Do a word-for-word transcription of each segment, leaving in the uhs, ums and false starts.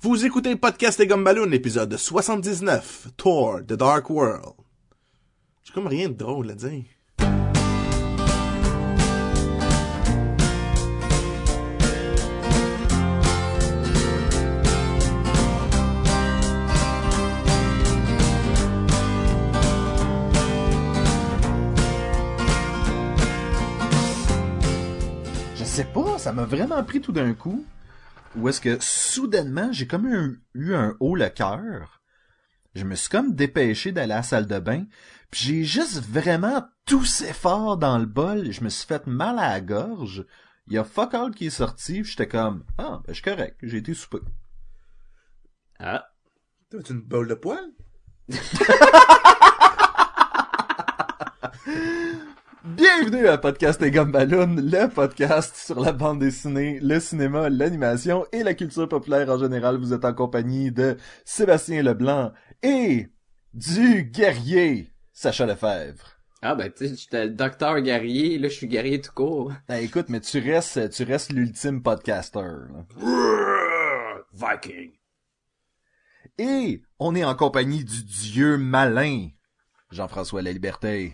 Vous écoutez le podcast Les Gumballoons, épisode soixante-dix-neuf, Thor, The Dark World. J'ai comme rien de drôle à dire. Je sais pas, ça m'a vraiment pris tout d'un coup. Ou est-ce que, soudainement, j'ai comme eu, eu un haut le cœur. Je me suis comme dépêché d'aller à la salle de bain. Puis j'ai juste vraiment toussé fort dans le bol. Je me suis fait mal à la gorge. Il y a fuck all qui est sorti. Puis j'étais comme, ah, ben, je suis correct. J'ai été souper. Ah. T'as une boule de poil? Bienvenue à Podcast et Gumballoon, le podcast sur la bande dessinée, le cinéma, l'animation et la culture populaire en général. Vous êtes en compagnie de Sébastien Leblanc et du guerrier Sacha Lefebvre. Ah ben tu sais, j'étais le docteur guerrier, là je suis guerrier tout court. Ben écoute, mais tu restes, tu restes l'ultime podcaster. Là. Viking. Et on est en compagnie du dieu malin, Jean-François Laliberté.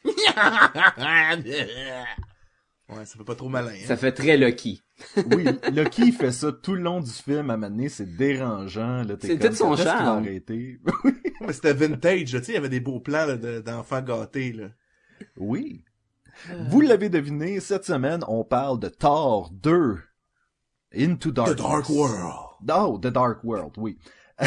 Ouais, ça fait pas trop malin. Hein? Ça fait très Lucky. Oui, Lucky fait ça tout le long du film. À un moment donné, c'est dérangeant. Là, t'es c'est comme, tout son charme. Arrêter. Mais c'était vintage, là, tu sais, il y avait des beaux plans là, de, d'enfants gâtés. Là. Oui. Vous l'avez deviné, cette semaine, on parle de Thor deux. Into Darkness. The Dark World. Oh, The Dark World, oui.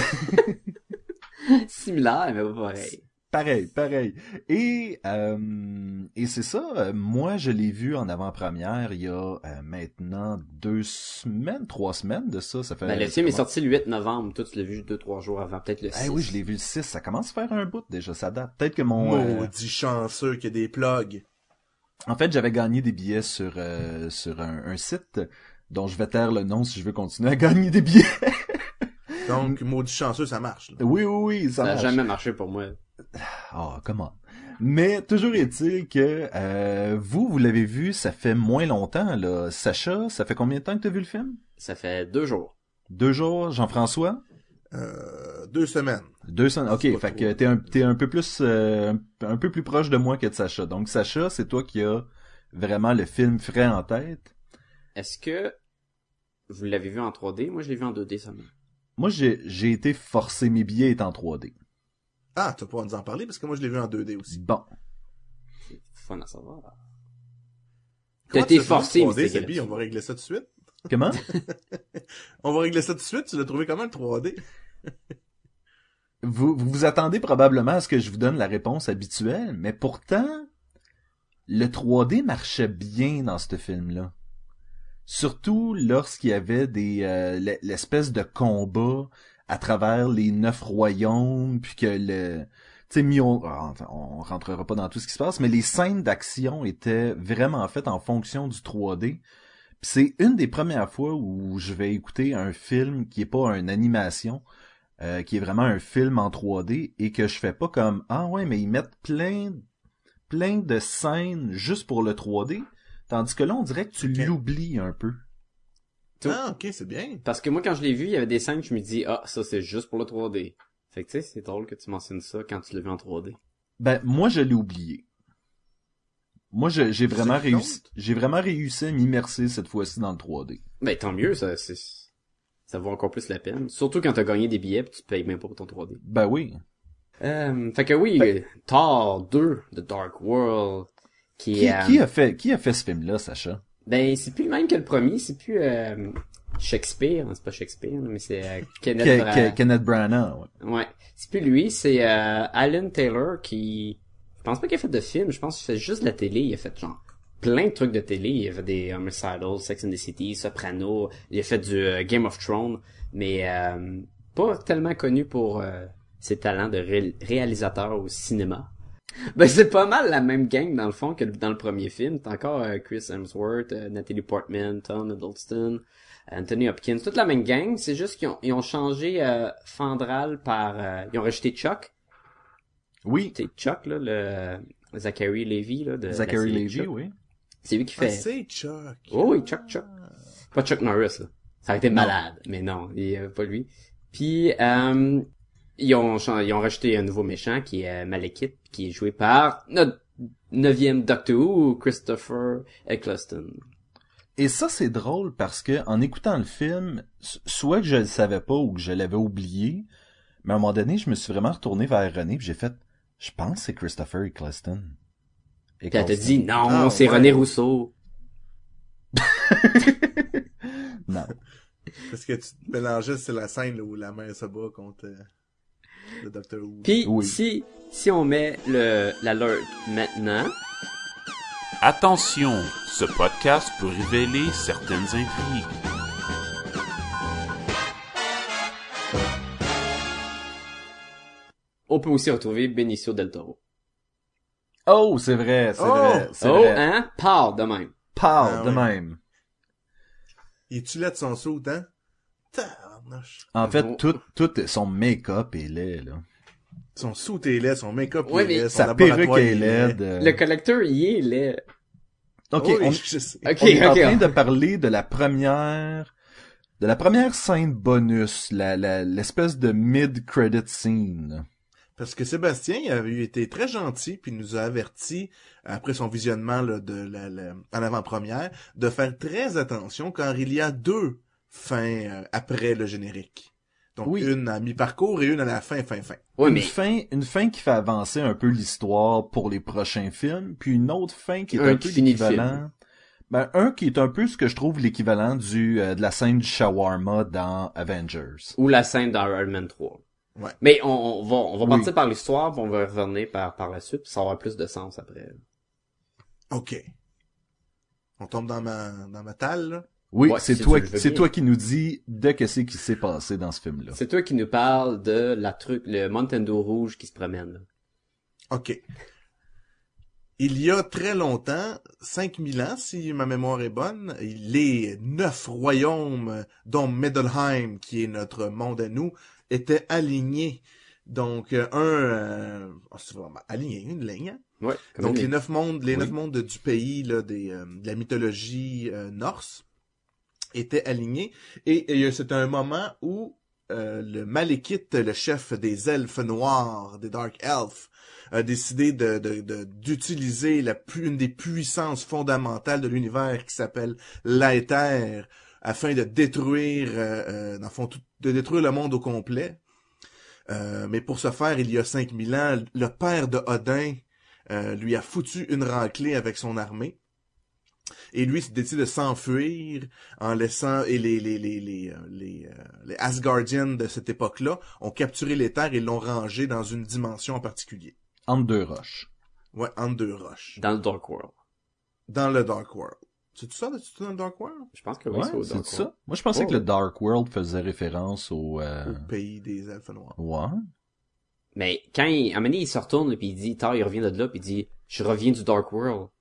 Similaire, mais pas pareil. Pareil, pareil. Et euh, et c'est ça, euh, moi je l'ai vu en avant-première il y a euh, maintenant deux semaines, trois semaines de ça. Ça fait. Ben, le film est sorti le huit novembre, toi tu l'as vu deux, trois jours avant, peut-être le six. Eh oui, je l'ai vu le six, ça commence à faire un bout déjà, ça date. Peut-être que mon... Maudit euh... chanceux qu'il y a des plugs. En fait, j'avais gagné des billets sur euh, sur un, un site dont je vais taire le nom si je veux continuer à gagner des billets. Donc, maudit chanceux, ça marche. Là. Oui, oui, oui, ça, ça marche. Ça a jamais marché pour moi. Oh, comment. Mais toujours est-il que euh, vous, vous l'avez vu, ça fait moins longtemps, là. Sacha, ça fait combien de temps que t'as vu le film? Ça fait deux jours. Deux jours, Jean-François? Euh, deux semaines. Deux semaines, ok, fait que t'es un, t'es un peu plus euh, un peu plus proche de moi que de Sacha. Donc Sacha, c'est toi qui as vraiment le film frais en tête. Est-ce que vous l'avez vu en trois D? Moi je l'ai vu en deux D seulement. Moi j'ai j'ai été forcé, mes billets étaient en trois D. Ah, tu vas pouvoir nous en parler parce que moi je l'ai vu en deux D aussi. Bon. C'est fun à savoir. Comment T'as été tu forcé, mais mais c'est on va régler ça tout de suite. Comment? On va régler ça tout de suite, tu l'as trouvé comment le trois D? Vous, vous vous attendez probablement à ce que je vous donne la réponse habituelle, mais pourtant, le trois D marchait bien dans ce film-là. Surtout lorsqu'il y avait des euh, l'espèce de combat à travers les neuf royaumes, puis que le... Tu sais, Mio... on rentrera pas dans tout ce qui se passe, mais les scènes d'action étaient vraiment faites en fonction du trois D. Puis c'est une des premières fois où je vais écouter un film qui est pas une animation, euh, qui est vraiment un film en trois D, et que je fais pas comme « Ah ouais, mais ils mettent plein, plein de scènes juste pour le trois D », tandis que là, on dirait que tu okay. l'oublies un peu. Ah, ok, c'est bien. Parce que moi, quand je l'ai vu, il y avait des scènes que je me dis « Ah, ça c'est juste pour le trois D ». Fait que tu sais, c'est drôle que tu mentionnes ça quand tu l'as vu en trois D. Ben, moi, je l'ai oublié. Moi, je, j'ai vraiment réussi, j'ai vraiment réussi à m'immerser cette fois-ci dans le trois D. Ben, tant mieux, ça, c'est, ça vaut encore plus la peine. Surtout quand t'as gagné des billets pis tu payes même pas pour ton trois D. Ben oui. Euh, fait que oui, ben... Thor deux, The Dark World, qui qui, euh... qui a fait, qui a fait ce film-là, Sacha? Ben, c'est plus le même que le premier, c'est plus, euh, Shakespeare, c'est pas Shakespeare, mais c'est, euh, Kenneth Ke- Branagh. Ke- Kenneth Branagh, ouais. Ouais. C'est plus lui, c'est, euh, Alan Taylor qui, je pense pas qu'il a fait de film, je pense qu'il fait juste de la télé, il a fait genre plein de trucs de télé, il a fait des Homicidal, Sex and the City, Soprano, il a fait du euh, Game of Thrones, mais euh, pas tellement connu pour euh, ses talents de ré- réalisateur au cinéma. Ben c'est pas mal la même gang dans le fond que dans le premier film, t'as encore euh, Chris Hemsworth, euh, Natalie Portman, Tom Hiddleston, Anthony Hopkins, toute la même gang, c'est juste qu'ils ont, ils ont changé euh, Fandral par... Euh, ils ont rajouté Chuck. Oui. C'est Chuck, là, le Zachary Levi, là, de Zachary la Levi, Chuck. oui. C'est lui qui fait... Ah, c'est Chuck. Oh oui, Chuck, Chuck. Pas Chuck Norris, là. Ça aurait été malade, mais non, il euh, pas lui. Puis, euh, ils ont, ils ont rajouté un nouveau méchant qui est Malekith, qui est joué par notre neuvième Doctor Who, Christopher Eccleston. Et ça, c'est drôle parce que en écoutant le film, soit que je le savais pas ou que je l'avais oublié, mais à un moment donné, je me suis vraiment retourné vers René et j'ai fait, je pense que c'est Christopher Eccleston. Puis elle t'a dit, non, Ah, c'est ouais. René Rousseau. Non. Parce que tu te mélangeais, c'est la scène là, où la mère se bat contre euh, le Docteur Who. Puis, Oui. si, si on met le, l'alert maintenant, Attention, ce podcast peut révéler certaines intrigues. on peut aussi retrouver Benicio del Toro. Oh, c'est vrai, c'est Oh! vrai, c'est Oh, vrai. hein? Parle de même. Parle Ah, de oui. même. Il est-tu laid de son saut, hein? Tabarnouche. En fait, Oh. tout, tout son make-up est laid, là. Son saut est laid, son make-up Ouais, est mais laid, son Sa laboratoire perruque est est laide. euh. Le collecteur, il est laid. Ok, Oui, on, je sais. Ok, on est en ok. train de parler de la première, de la première scène bonus, la, la, l'espèce de mid-credit scene. Parce que Sébastien il avait eu été très gentil puis il nous a averti après son visionnement là, de la, la en avant-première de faire très attention car il y a deux fins euh, après le générique. Donc Oui. une à mi-parcours et une à la fin fin fin. Ouais, une mais fin, une fin qui fait avancer un peu l'histoire pour les prochains films, puis une autre fin qui est Un un qui peu finit le l'équivalent. Ben, un qui est un peu ce que je trouve l'équivalent du euh, de la scène du shawarma dans Avengers. ou la scène dans Iron Man trois. Ouais. Mais on, on va, on va Oui. partir par l'histoire, puis on va revenir par, par la suite, puis ça aura plus de sens après. OK. On tombe dans ma dans ma talle là. Oui, Ouais, c'est si toi, tu le veux c'est bien. toi qui nous dis de qu'est-ce qui s'est passé dans ce film-là. C'est toi qui nous parles de la truc, le Nintendo rouge qui se promène, là. OK. Il y a très longtemps, cinq mille ans, si ma mémoire est bonne, les neuf royaumes, dont Middelheim, qui est notre monde à nous, étaient alignés. Donc, euh, un... Euh, oh, c'est vraiment aligné, une ligne. Hein? Ouais. comme Donc, une- les neuf mondes, les Oui. neuf mondes du pays, là, des, euh, de la mythologie euh, norse, étaient alignés. Et, et c'était un moment où euh, le Malekith, le chef des elfes noirs, des Dark Elves, a décidé de, de, de- d'utiliser la pu- une des puissances fondamentales de l'univers qui s'appelle l'Aether afin de détruire, euh, euh, dans le fond, tout- de détruire le monde au complet. Euh, mais pour ce faire, il y a cinq mille ans, le père de Odin euh, lui a foutu une raclée avec son armée. Et lui, il décide de s'enfuir en laissant... Et les les les les, euh, les, euh, les Asgardiens de cette époque-là ont capturé les terres et l'ont rangé dans une dimension en particulier. Entre deux roches. Ouais, entre deux roches. Dans le Dark World. Dans le Dark World. C'est-tu ça, c'est-tu dans le Dark World? Je pense que oui, Ouais, c'est au c'est Dark ça. World. Moi, je pensais Oh. que le Dark World faisait référence au... Euh... Au pays des elfes noirs. Ouais. Mais quand il, à un moment donné, il se retourne, puis il dit, tard, il revient de là, puis il dit, je reviens du Dark World.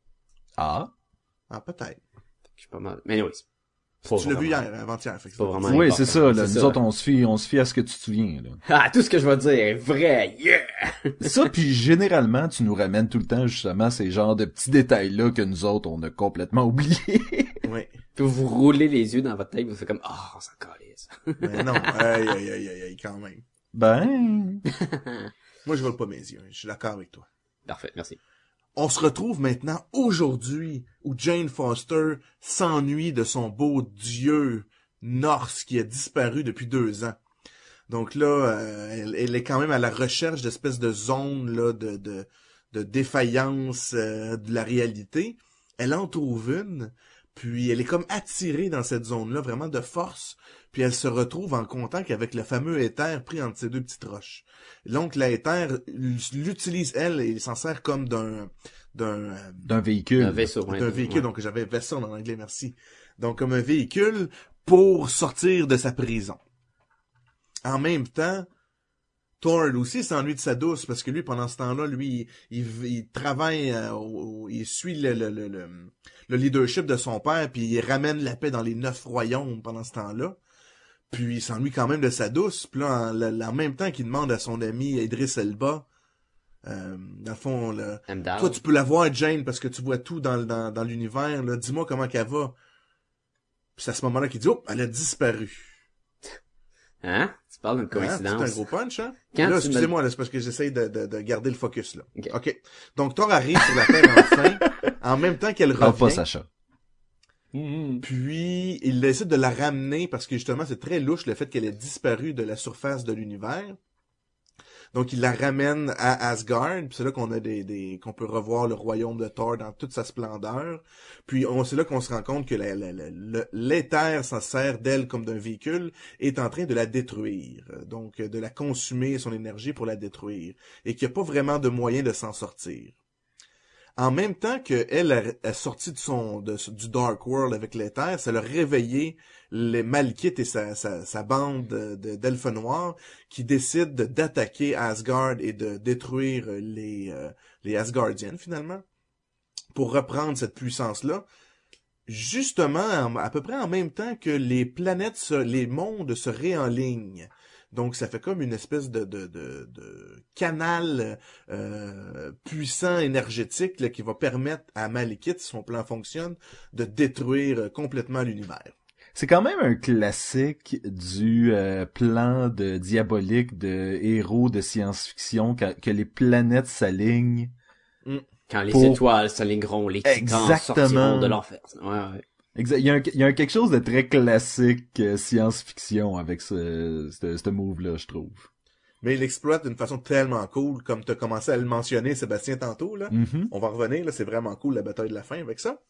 Ah. Ah, peut-être. Je suis pas mal. Mais anyways. Pas Tu l'as vu vraiment. hier, avant-hier. Fait que Pas c'est- vraiment. Oui, important. c'est ça. Là. C'est Nous ça. autres, on se fie, on se fie à ce que tu te souviens. Là. Ah, tout ce que je vais dire est vrai, yeah! Ça, puis généralement, tu nous ramènes tout le temps justement ces genres de petits détails-là que nous autres, on a complètement oubliés. Ouais. Puis vous roulez les yeux dans votre tête, vous faites comme, ah, oh, ça calisse. Mais non, aïe, aïe, aïe, aïe, aïe, quand même. Ben... Moi, je vole pas mes yeux. Je suis d'accord avec toi. Parfait, merci. On se retrouve maintenant aujourd'hui où Jane Foster s'ennuie de son beau dieu Norse qui a disparu depuis deux ans. Donc là, euh, elle, elle est quand même à la recherche d'espèces de zones là, de, de, de défaillance euh, de la réalité. Elle en trouve une, puis elle est comme attirée dans cette zone-là, vraiment de force, puis elle se retrouve en contact avec le fameux éther pris entre ces deux petites roches. Donc l'éther l'utilise, elle, et s'en sert comme d'un d'un euh, D'un véhicule. Un vaisseau, ouais. d'un véhicule, Ouais. donc j'avais vessel en anglais, merci. Donc comme un véhicule pour sortir de sa prison. En même temps, Thor aussi s'ennuie de sa douce parce que lui, pendant ce temps-là, lui, il, il, il travaille, euh, au- au- il suit le, le, le, le, le leadership de son père, puis il ramène la paix dans les neuf royaumes pendant ce temps-là. Puis il s'ennuie quand même de sa douce. Puis là, en, en même temps qu'il demande à son ami Idris Elba, euh, dans le fond, le, Heimdall. toi, tu peux la voir, Jane, parce que tu vois tout dans, dans, dans l'univers. Là. Dis-moi comment qu'elle va. Puis c'est à ce moment-là qu'il dit, oh, elle a disparu. Hein? Tu parles d'une Hein? coïncidence. C'est un gros punch, hein? Quand Là, tu excusez-moi, là, c'est parce que j'essaye de, de, de garder le focus, là. Ok. OK. Donc, Thor arrive sur la Terre enfin, en même temps qu'elle Parle pas, revient. Sacha. Puis, il décide de la ramener parce que justement, c'est très louche le fait qu'elle ait disparu de la surface de l'univers. Donc, il la ramène à Asgard. Puis c'est là qu'on a des, des, qu'on peut revoir le royaume de Thor dans toute sa splendeur. Puis, on, c'est là qu'on se rend compte que la, la, la, le, l'éther s'en sert d'elle comme d'un véhicule, est en train de la détruire. Donc, de la consumer, son énergie pour la détruire. Et qu'il n'y a pas vraiment de moyen de s'en sortir. En même temps qu'elle est sortie de son, de, du Dark World avec l'éther, ça l'a réveillé les Malekith et sa, sa, sa bande de, d'elfes noirs qui décident de, d'attaquer Asgard et de détruire les, euh, les Asgardiens finalement pour reprendre cette puissance-là. Justement, à peu près en même temps que les planètes, se, les mondes se réenlignent. Donc, ça fait comme une espèce de, de, de, de canal euh, puissant, énergétique, là, qui va permettre à Malekith, si son plan fonctionne, de détruire complètement l'univers. C'est quand même un classique du euh, plan de diabolique de héros de science-fiction quand, que les planètes s'alignent. Mm. Quand les Pour... étoiles s'aligneront, les titans sortiront de l'enfer. Ouais, ouais. Exact. Il y a un, il y a un quelque chose de très classique euh, science-fiction avec ce, ce, ce move-là, je trouve. Mais il l'exploite d'une façon tellement cool, comme tu as commencé à le mentionner, Sébastien, tantôt, là. Mm-hmm. On va revenir, là, c'est vraiment cool, la bataille de la fin avec ça.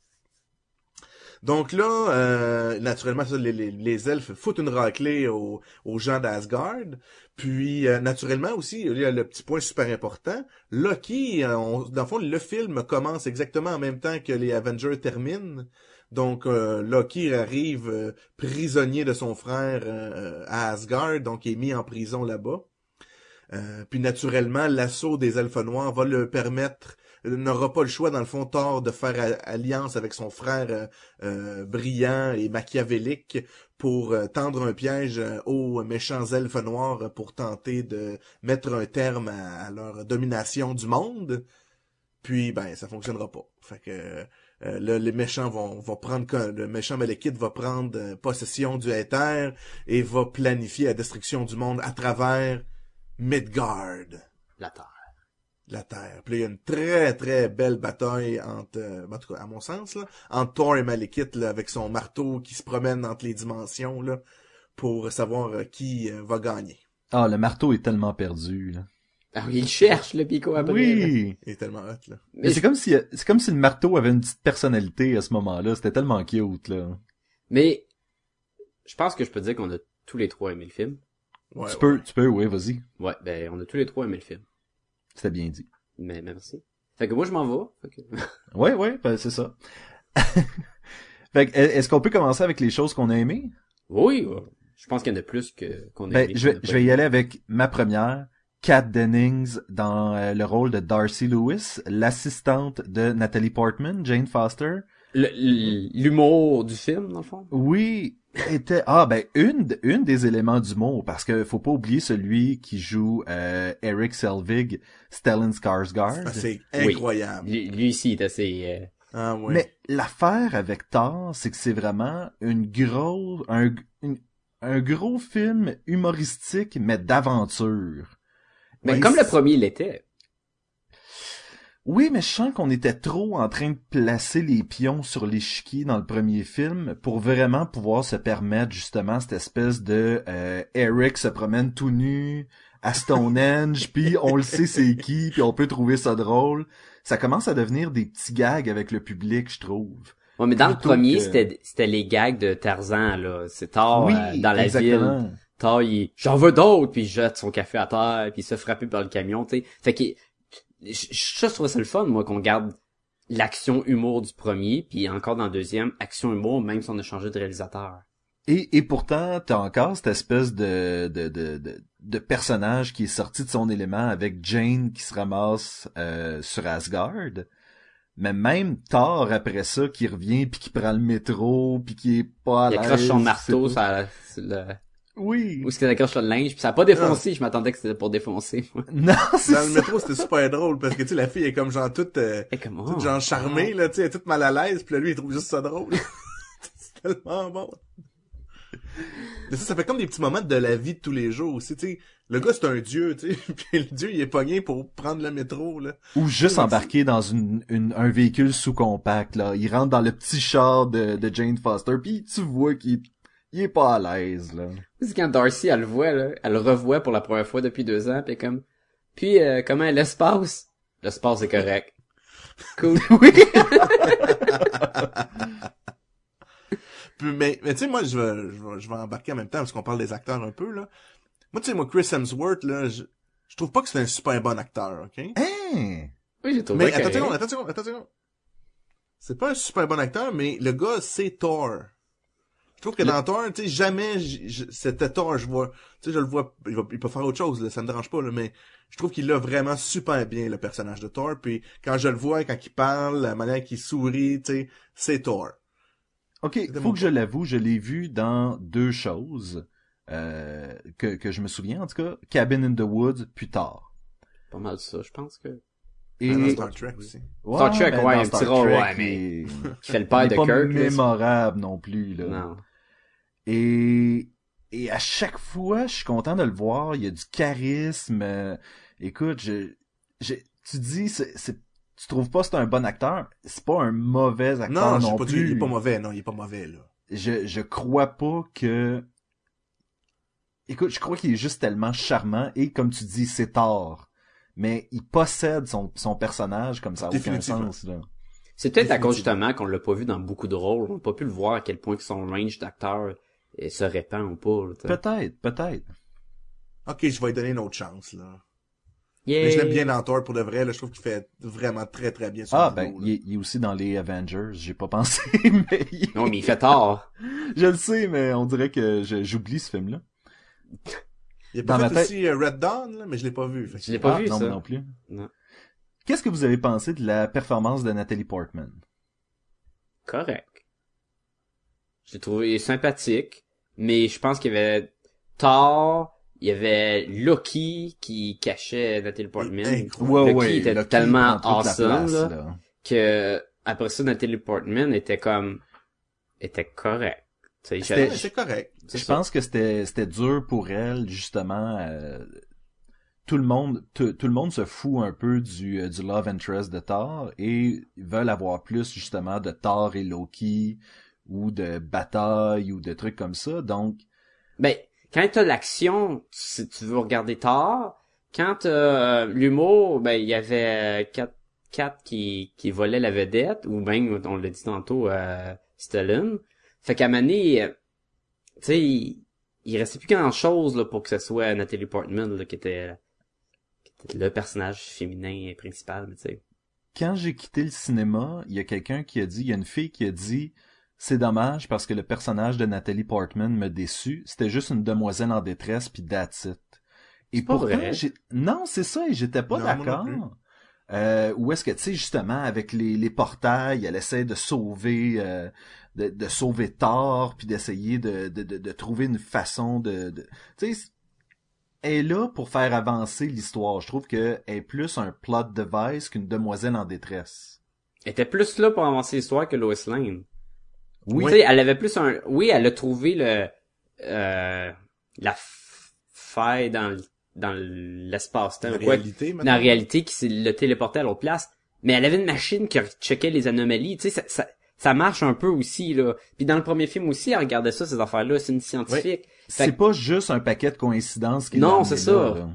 Donc là, euh, naturellement, ça, les, les, les elfes foutent une raclée aux, aux gens d'Asgard. Puis, euh, naturellement aussi, il y a le petit point super important. Loki, euh, on, dans le fond, le film commence exactement en même temps que les Avengers terminent. Donc, euh, Loki arrive euh, prisonnier de son frère euh, à Asgard, donc il est mis en prison là-bas. Euh, puis, naturellement, l'assaut des elfes noirs va le permettre, n'aura pas le choix, dans le fond, Thor, de faire a- alliance avec son frère euh, euh, brillant et machiavélique pour euh, tendre un piège euh, aux méchants elfes noirs pour tenter de mettre un terme à, à leur domination du monde. Puis, ben, ça fonctionnera pas. Fait que... Euh, là, les méchants vont, vont prendre, le méchant Malekith va prendre euh, possession du éther et va planifier la destruction du monde à travers Midgard. La Terre. La Terre. Puis là, il y a une très, très belle bataille entre, euh, en tout cas, à mon sens, là, entre Thor et Malekith, là, avec son marteau qui se promène entre les dimensions, là, pour savoir euh, qui euh, va gagner. Ah, le marteau est tellement perdu, là. Ah oui, il cherche le pico après. Oui! Il est tellement hot, là. Mais Mais, c'est comme si, c'est comme si le marteau avait une petite personnalité à ce moment-là. C'était tellement cute, là. mais je pense que je peux dire qu'on a tous les trois aimé le film. Ouais, tu ouais. peux, tu peux, oui, vas-y. Ouais, ben on a tous les trois aimé le film. C'était bien dit. Mais, mais merci. Fait que moi je m'en vais. Fait que... Ouais, ouais, ben, c'est ça. Fait que, est-ce qu'on peut commencer avec les choses qu'on a aimées? Oui, ouais. Je pense qu'il y en a plus que qu'on a Ben, aimé. je vais, qu'on a pas je vais y aimé. aller avec ma première. Kat Dennings dans euh, le rôle de Darcy Lewis, l'assistante de Natalie Portman, Jane Foster. Le- l- L'humour du film, dans le fond. Oui, était ah ben une une des éléments d'humour parce que faut pas oublier celui qui joue euh, Eric Selvig, Stellan Skarsgård. Ah, c'est Oui. incroyable. Lui, lui ici est assez... euh, Ah, ouais. Mais l'affaire avec Thor, c'est que c'est vraiment une grosse un une- un gros film humoristique mais d'aventure. Mais Ouais, comme c'est- le premier il l'était. Oui, mais je sens qu'on était trop en train de placer les pions sur l'échiquier dans le premier film pour vraiment pouvoir se permettre justement cette espèce de euh, Eric se promène tout nu à Stonehenge, puis on le sait c'est qui, puis on peut trouver ça drôle. Ça commence à devenir des petits gags avec le public, je trouve. Ouais, mais dans le Plutôt premier, que- c'était c'était les gags de Tarzan, là. C'est Thor oui, euh, dans la exactement. ville. Thor, il j'en veux d'autres, puis il jette son café à terre, puis il se frappe par le camion, tu sais. Fait que je, je, je trouvais ça le fun, moi, qu'on garde l'action humour du premier, puis encore dans le deuxième, action humour, même si on a changé de réalisateur. Et, et pourtant, t'as encore cette espèce de, de, de, de, de personnage qui est sorti de son élément avec Jane qui se ramasse euh, sur Asgard. Mais même Thor, après ça, qui revient puis qui prend le métro puis qui est pas à Il l'aise. accroche son c'est marteau pas- sur la- sur le... Oui. Où est-ce qu'il accroche le linge, puis ça a pas défoncé, je m'attendais que c'était pour défoncer, moi. Non, c'est Dans le ça. métro, c'était super drôle, parce que, tu sais, la fille est comme genre toute, euh, Et comment? toute genre charmée, là, tu sais, elle est toute mal à l'aise, puis là, lui, il trouve juste ça drôle. C'est tellement bon. Mais ça, ça fait comme des petits moments de la vie de tous les jours aussi, tu sais. Le gars, c'est un dieu, tu sais. Puis le dieu, il est pogné pour prendre le métro, là. Ou juste embarquer dans une, une, un véhicule sous-compact, là. Il rentre dans le petit char de, de Jane Foster, puis tu vois qu'il il est pas à l'aise, là. C'est quand Darcy, elle le voit, là. Elle le revoit pour la première fois depuis deux ans, pis comme... Puis, euh, comment l'espace? L'espace est correct. Cool. Oui! Puis, mais, mais tu sais, moi, je vais, je vais, je vais embarquer en même temps, parce qu'on parle des acteurs un peu, là. Moi, tu sais, moi, Chris Hemsworth, là, je, je trouve pas que c'est un super bon acteur, ok? Hein? Oui, j'ai trouvé Mais attends une correct. seconde, attends une seconde, attends une seconde. C'est pas un super bon acteur, mais le gars, c'est Thor. Je trouve que Le- dans Thor, tu sais, jamais, j- j- c'était Thor, je vois, tu sais, je le vois, il, va, il peut faire autre chose, là, ça me dérange pas, là, mais je trouve qu'il a vraiment super bien, le personnage de Thor, puis quand je le vois, quand il parle, la manière qu'il sourit, tu sais, c'est Thor. Ok, C'était faut mon que je l'avoue, je l'ai vu dans deux choses, euh, que, que je me souviens, en tout cas, Cabin in the Woods, plus tard. Pas mal ça, je pense que... Et... Ah, dans Star Trek aussi. Ouais, Star Trek, ben, ouais, dans un Star petit rôle, Trek, ouais, mais- il- Qui fait le il père est de pas Kirk, là. mémorable non plus, là. Non. Et, et à chaque fois, je suis content de le voir. Il y a du charisme. Euh, écoute, je, je, tu dis, c'est, c'est, tu trouves pas que c'est un bon acteur? C'est pas un mauvais acteur Non, non, j'ai pas dit, plus. il est pas mauvais, non, il est pas mauvais, là. Je, je crois pas que... Écoute, je crois qu'il est juste tellement charmant et, comme tu dis, c'est tard. Mais il possède son, son personnage comme ça a aucun Définitivement. sens, là. C'est peut-être à cause Définitivement. justement qu'on l'a pas vu dans beaucoup de rôles. On n'a pas pu le voir à quel point que son range d'acteur euh, se répand ou pas. Là, t'sais. Peut-être, peut-être. Ok, je vais lui donner une autre chance, là. Yay! Mais je l'aime bien dans Thor pour de vrai, là, je trouve qu'il fait vraiment très très bien son Ah, boulot, ben, là. il est, il est aussi dans les Avengers, j'ai pas pensé, mais... il- Non, mais il fait tard. Je le sais, mais on dirait que je- j'oublie ce film-là. Il a pas dans ma fait tête- aussi euh, Red Dawn, là, mais je l'ai pas vu. Fait que- Je l'ai pas Ah, vu, non, ça. moi non plus. Non. Qu'est-ce que vous avez pensé de la performance de Nathalie Portman? Correct. Je l'ai trouvé sympathique, mais je pense qu'il y avait Thor, il y avait Loki qui cachait Natalie Portman. Incroyable. Loki était tellement prend toute la awesome, place, là. là. Que après ça, Natalie Portman était comme était correct. Tu sais, C'était- j'avais- Ouais, c'est correct. c'est Je ça. pense que c'était c'était dur pour elle, justement. euh, tout le monde tout, tout le monde se fout un peu du, euh, du love interest de Thor et ils veulent avoir plus, justement, de Thor et Loki ou de bataille ou de trucs comme ça. Donc, Ben, quand t'as l'action, si tu veux regarder Thor, quand t'as euh, l'humour, ben il y avait Kat, Kat qui qui volait la vedette, ou ben on l'a dit tantôt, euh, Stellan. Fait qu'à Mané, euh, tu sais, il, il restait plus grand chose là pour que ce soit Natalie Portman là, qui était qui était le personnage féminin principal, mais tu sais. quand j'ai quitté le cinéma, il y a quelqu'un qui a dit, il y a une fille qui a dit, c'est dommage parce que le personnage de Nathalie Portman me déçut. C'était juste une demoiselle en détresse puis that's it. Et pas pourtant, vrai. j'ai... non, c'est ça, et j'étais pas Non, moi d'accord. non Euh, où est-ce que, tu sais, justement, avec les, les portails, elle essaie de sauver, euh, de, de sauver Thor, puis d'essayer de, de, de, de trouver une façon de, de... tu sais, elle est là pour faire avancer l'histoire. Je trouve qu'elle est plus un plot device qu'une demoiselle en détresse. Elle était plus là pour avancer l'histoire que Lois Lane. Oui, Tu sais, elle avait plus un... Oui, elle a trouvé le... Euh, la f- faille dans le, dans l'espace-temps. La ou quoi, réalité, dans maintenant. la réalité, qui s'est- le téléportait à l'autre place. Mais elle avait une machine qui checkait les anomalies. Tu sais, ça, ça, ça marche un peu aussi, là. Puis dans le premier film aussi, elle regardait ça, ces affaires-là. C'est une scientifique. c'est Fait- pas juste un paquet de coïncidences qui Non, l'a c'est amené ça. là, là.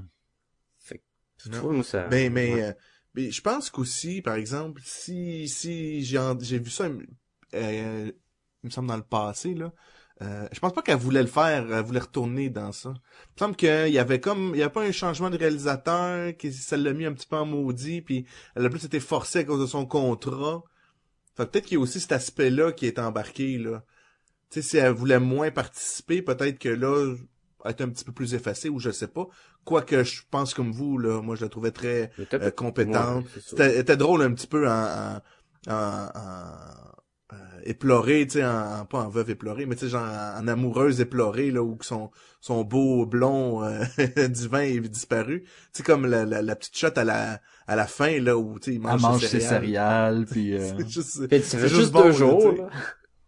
Tu Non. vois, moi, ça... Ben, mais, ouais. euh, mais je pense qu'aussi, par exemple, si, si j'ai, en- j'ai vu ça, euh, il me semble dans le passé, là, euh, je pense pas qu'elle voulait le faire, elle voulait retourner dans ça. Il me semble qu'il y avait comme, il y avait pas un changement de réalisateur, qui, ça l'a mis un petit peu en maudit, puis elle a plus été forcée à cause de son contrat. Fait que peut-être qu'il y a aussi cet aspect-là qui est embarqué, là. Tu sais, si elle voulait moins participer, peut-être que là, être un petit peu plus effacée, ou je sais pas. Quoique, je pense comme vous, là, moi, je la trouvais très Mais t'as euh, pas- compétente. Ouais, c'est ça. C'était était drôle un petit peu en, en, en, en euh, éplorée, tu sais, en, pas en veuve éplorée, mais tu sais, genre en, en amoureuse éplorée, là, où son, son beau blond euh, divin est disparu. Tu sais, comme la, la, la petite shot à la, à la fin, là, où, tu sais, il Elle mange, mange ses ses céréales. céréales, puis... euh, C'est juste, Puis ça fait c'est juste bon, deux là, jours, tu sais. là.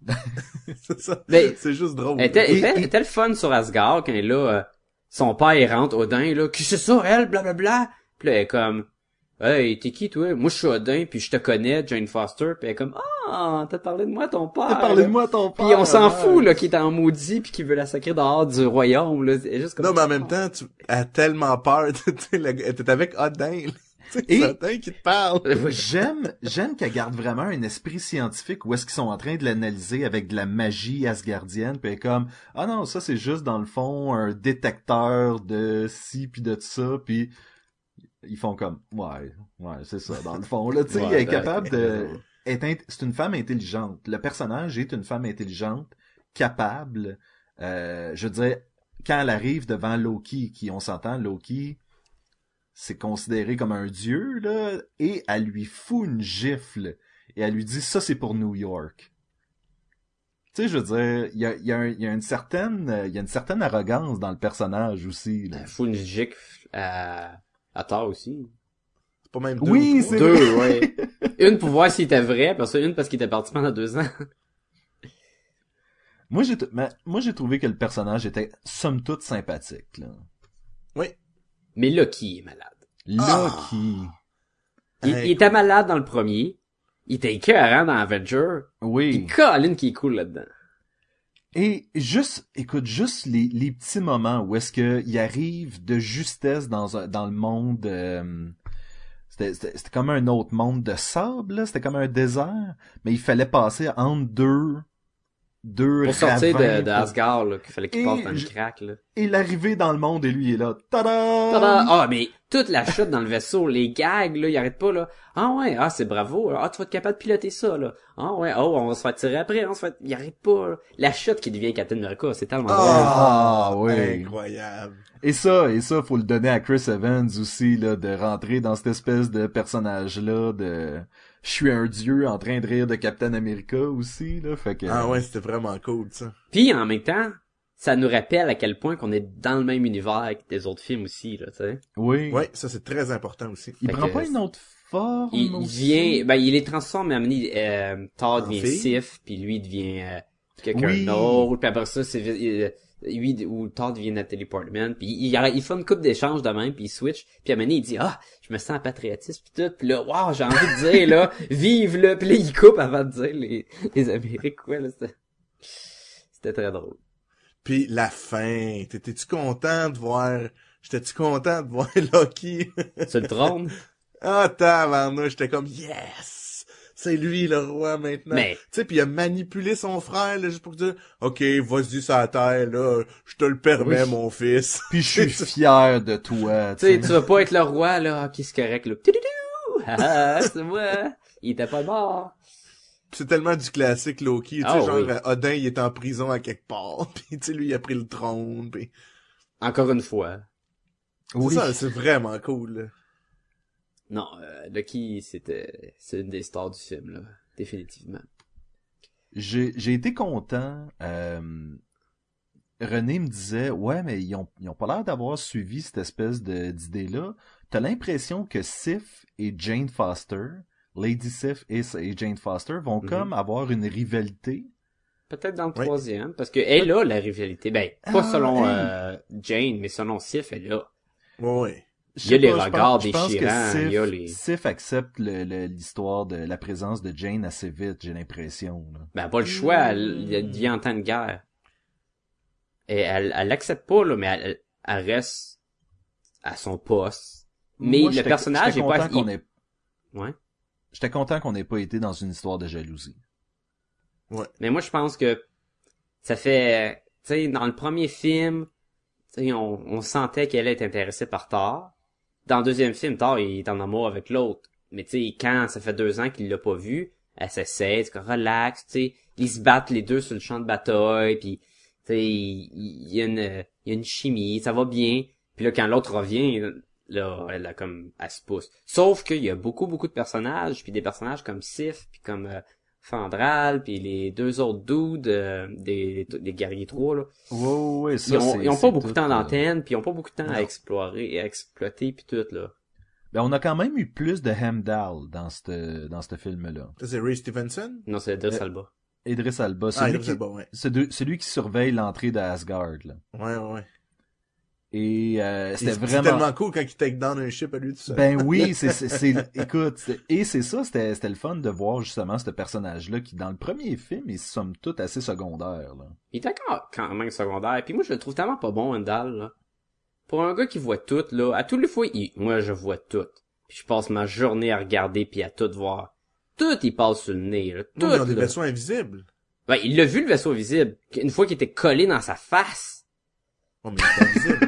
C'est ça. Mais- C'est juste drôle. Elle était, Et- elle était- et- elle était le fun sur Asgard quand là, euh, son père il rentre Odin là, qui c'est ça elle, blablabla. Puis là elle est comme, hey t'es qui toi? Moi je suis Odin puis je te connais, Jane Foster. Puis elle est comme, ah t'as parlé de moi ton père. T'as parlé de moi, ton père. Puis on s'en ouais. fout là, qui est en maudit puis qui veut la sacrer dehors du royaume là. C'est juste comme. Non, mais en même temps, tu as tellement peur. Tu sais, le gars- t'es avec Odin. là. Tu sais, Et- c'est Odin qui te parle. J'aime, j'aime qu'elle garde vraiment un esprit scientifique où est-ce qu'ils sont en train de l'analyser avec de la magie asgardienne, puis elle est comme, ah non, ça c'est juste dans le fond un détecteur de ci puis de ça, puis ils font comme, ouais, ouais, c'est ça, dans le fond, là, tu sais, Ouais, elle est ouais, capable ouais. de, est int- c'est une femme intelligente. Le personnage est une femme intelligente, capable, euh, je veux dire, quand elle arrive devant Loki, qui, on s'entend, Loki, c'est considéré comme un dieu, là, et elle lui fout une gifle, et elle lui dit, ça c'est pour New York. Tu sais, je veux dire, il y a, il y a, un- il y a une certaine, euh, il y a une certaine arrogance dans le personnage aussi, là. Elle fout une gifle à, à tort aussi. C'est pas même deux Oui, ou trois. c'est Deux, ouais. Une pour voir s'il était vrai, parce que une parce qu'il était parti pendant deux ans. Moi, j'ai, t- mais, moi, j'ai trouvé que le personnage était, somme toute, sympathique, là. Oui. Mais Loki est malade. Loki. Il, Hey, il était malade dans le premier. Il était écœurant dans Avenger. Oui. Puis Colin qui est cool là-dedans. Et juste, écoute, juste les, les petits moments où est-ce que il arrive de justesse dans un, dans le monde, euh, c'était, c'était, c'était comme un autre monde de sable, là. C'était comme un désert, mais il fallait passer entre deux, deux Pour sortir ravins de, de pour- Asgard, là, qu'il fallait qu'il Et passe dans le je- crack, là. Et l'arrivée dans le monde, et lui, il est là. Tada! Tada! Ah, mais toute la chute dans le vaisseau, les gags, là, ils arrêtent pas, là. Ah ouais, ah, c'est bravo. Ah, tu vas être capable de piloter ça, là. Ah ouais, oh, on va se faire tirer après, on se fait... Il arrête pas, là. La chute qui devient Captain America, c'est tellement drôle. Ah, oui. Incroyable. Et ça, et ça, faut le donner à Chris Evans aussi, là, de rentrer dans cette espèce de personnage-là de, je suis un dieu en train de rire de Captain America aussi, là, fait que... Ah ouais, c'était vraiment cool, ça. Puis, en même temps, ça nous rappelle à quel point qu'on est dans le même univers que des autres films aussi, là, tu sais. Oui. Ouais, ça c'est très important aussi. Il Fait prend que pas une autre forme Il, il aussi? devient, ben, il est transformé, à un moment donné, euh, Thor En devient fille? Sif, puis lui devient euh, quelqu'un Oui. d'autre, puis après ça, c'est euh, lui ou Thor devient Natalie Portman, puis il, il, il fait une coupe d'échanges de même, puis il switch, puis à un moment donné, il dit ah, je me sens patriotisme puis tout, puis là, waouh, j'ai envie de dire là, vive là, puis là il coupe avant de dire les les Amériques quoi là, c'était c'était très drôle. Puis la fin, t'étais-tu content de voir... J'étais-tu content de voir Loki? Sur le trône, Ah, tabarnouche, j'étais comme, yes! C'est lui le roi maintenant. mais Tu sais, puis il a manipulé son frère, là, juste pour dire, OK, vas-y sur la terre, là, je te le permets, Oui. mon fils. Puis je suis fier de toi, tu sais, tu vas pas être le roi là, ok c'est correct là, Tududou! Ah, c'est moi, il était pas mort. C'est tellement du classique Loki, tu sais, Ah, genre, oui. euh, Odin, il est en prison à quelque part, puis tu sais, lui, il a pris le trône, puis... Encore une fois. Oui. C'est ça, c'est vraiment cool, là. Non, euh, Loki, c'était, c'est une des stars du film, là. Définitivement. J'ai, j'ai été content, euh, René me disait, ouais, mais ils ont, ils ont pas l'air d'avoir suivi cette espèce de, d'idée-là. T'as l'impression que Sif et Jane Foster, Lady Sif et, et Jane Foster vont Mhm. comme avoir une rivalité. Peut-être dans le Oui. troisième, parce que elle a la rivalité. Ben, pas Ah, selon hey. euh, Jane, mais selon Sif, elle a. Ouais, ouais. Je Il y a sais les pas, je regards pense- je pense que déchirants, Sif, il y a les- Sif accepte le- le- l'histoire de la présence de Jane assez vite, j'ai l'impression. Là. Ben, pas le choix, elle, elle devient en temps de guerre. Et elle, elle l'accepte pas, là, mais elle, elle reste à son poste. Mais Moi, le j'étais- personnage j'étais est pas... content qu'on il- ait- Ouais. J'étais content qu'on n'ait pas été dans une histoire de jalousie. Mais moi, je pense que ça fait, tu sais, dans le premier film, tu sais, on, on sentait qu'elle était intéressée par Thor. Dans le deuxième film, Thor, il est en amour avec l'autre. Mais tu sais, quand ça fait deux ans qu'il l'a pas vu, elle s'essaie, c'est comme relax, tu sais, ils se battent les deux sur le champ de bataille, puis tu sais, il, il y a une, il y a une chimie, ça va bien. Puis là, quand l'autre revient, là, elle a comme, elle se pousse. Sauf qu'il y a beaucoup, beaucoup de personnages, puis des personnages comme Sif, puis comme euh, Fandral, puis les deux autres dudes, euh, des, des guerriers trois, là. Ouais, ouais, ça, Ils ont, c'est- ils ont c'est pas beaucoup de tout, temps euh, d'antenne, puis ils ont pas beaucoup de temps Non. à explorer et à exploiter, puis tout, là. Ben, on a quand même eu plus de Hemdall dans ce dans ce film-là. Ça, c'est Ray Stevenson? Non, c'est Idris Euh, Elba. Idris Elba. Ah, Celui, Idris qui, Elba, ouais. celui, celui qui surveille l'entrée de Asgard, là. Ouais, ouais, ouais. Et euh, c'était C'est vraiment... tellement cool quand il take down un ship à lui tout seul. Ben oui, c'est, c'est, c'est écoute, c'est- et c'est ça, c'était, c'était le fun de voir justement ce personnage-là qui, dans le premier film, est somme toute assez secondaire, là. Il était quand quand même secondaire. Puis moi, je le trouve tellement pas bon, Wendell, là. Pour un gars qui voit tout, là, à tous les fois, il... moi, je vois tout. Puis je passe ma journée à regarder puis à tout voir. Tout, il passe sur le nez, là. Tout, Non, mais ils ont des là. vaisseaux invisibles. Ben, il l'a vu, le vaisseau invisible. Une fois qu'il était collé dans sa face. Oh, mais ils sont invisibles.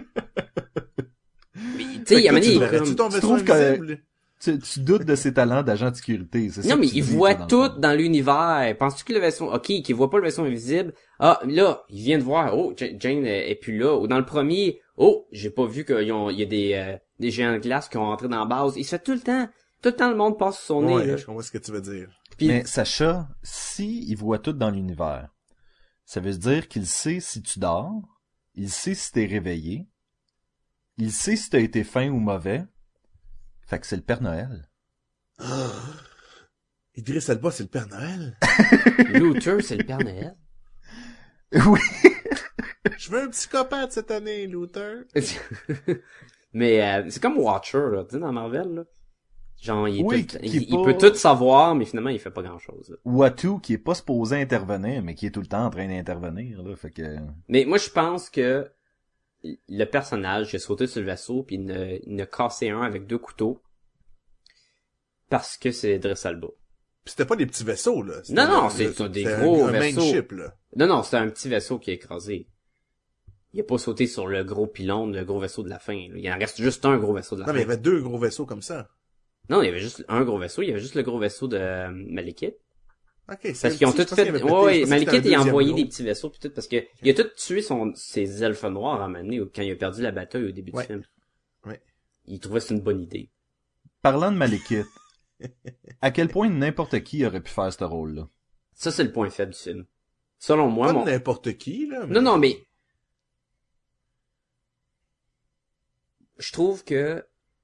Mais, tu sais, il y a Toi, tu manié, verrais-tu comme... ton vaisseau trouves que- invisible? Tu, tu doutes de ses talents d'agent de sécurité, c'est ça Non, que mais tu il dis, voit toi, dans le tout fond. dans l'univers. Penses-tu que le vaisseau... Ok, qu'il voit pas le vaisseau invisible. Ah, là, il vient de voir. Oh, J- Jane est est plus là. Ou dans le premier, oh, j'ai pas vu qu'il y a des, euh, des géants de glace qui ont entré dans la base. Il se fait tout le temps. Tout le temps, le monde passe sur son nez, Ouais, là. je comprends ce que tu veux dire. Puis, Mais Sacha, si il voit tout dans l'univers, ça veut dire qu'il sait si tu dors, il sait si t'es réveillé, il sait si t'as été fin ou mauvais. Fait que c'est le Père Noël. Idris Elba, c'est le Père Noël. Luther, c'est le Père Noël. Oui. Je veux un psychopathe cette année, Luther. Mais euh, c'est comme Watcher, là, tu sais, dans Marvel, là. Genre, il, est Oui, tout- qui il, est il pas- peut tout savoir, mais finalement, il fait pas grand-chose, là. Watu, qui est pas supposé intervenir, mais qui est tout le temps en train d'intervenir, là. Fait que... Mais moi, je pense que le personnage, il a sauté sur le vaisseau, puis il ne, il ne cassé un avec deux couteaux. Parce que c'est Idris Elba. Pis c'était pas des petits vaisseaux, là. C'était Non, non, le- c'est le- des c'était gros un, un main vaisseaux. ship, là. Non, non, c'était un petit vaisseau qui a écrasé. Il a pas sauté sur le gros pylône, le gros vaisseau de la fin, là. Il en reste juste un gros vaisseau de la Non, mais il y fin. avait deux gros vaisseaux comme ça. Non, il y avait juste un gros vaisseau, il y avait juste le gros vaisseau de euh, Malekith. Ok, c'est Parce qu'ils ont tout fait, ouais, Malekith, il a envoyé des petits vaisseaux pis tout, parce que il a tout tué son, ses elfes noirs à un moment donné, quand il a perdu la bataille au début Ouais. du film. Ouais. Il trouvait que c'était une bonne idée. Parlant de Malekith, à quel point n'importe qui aurait pu faire ce rôle-là? Ça, c'est le point faible du film. Selon moi, Pas mon... n'importe qui, là. mais- Non, non, mais... Je trouve que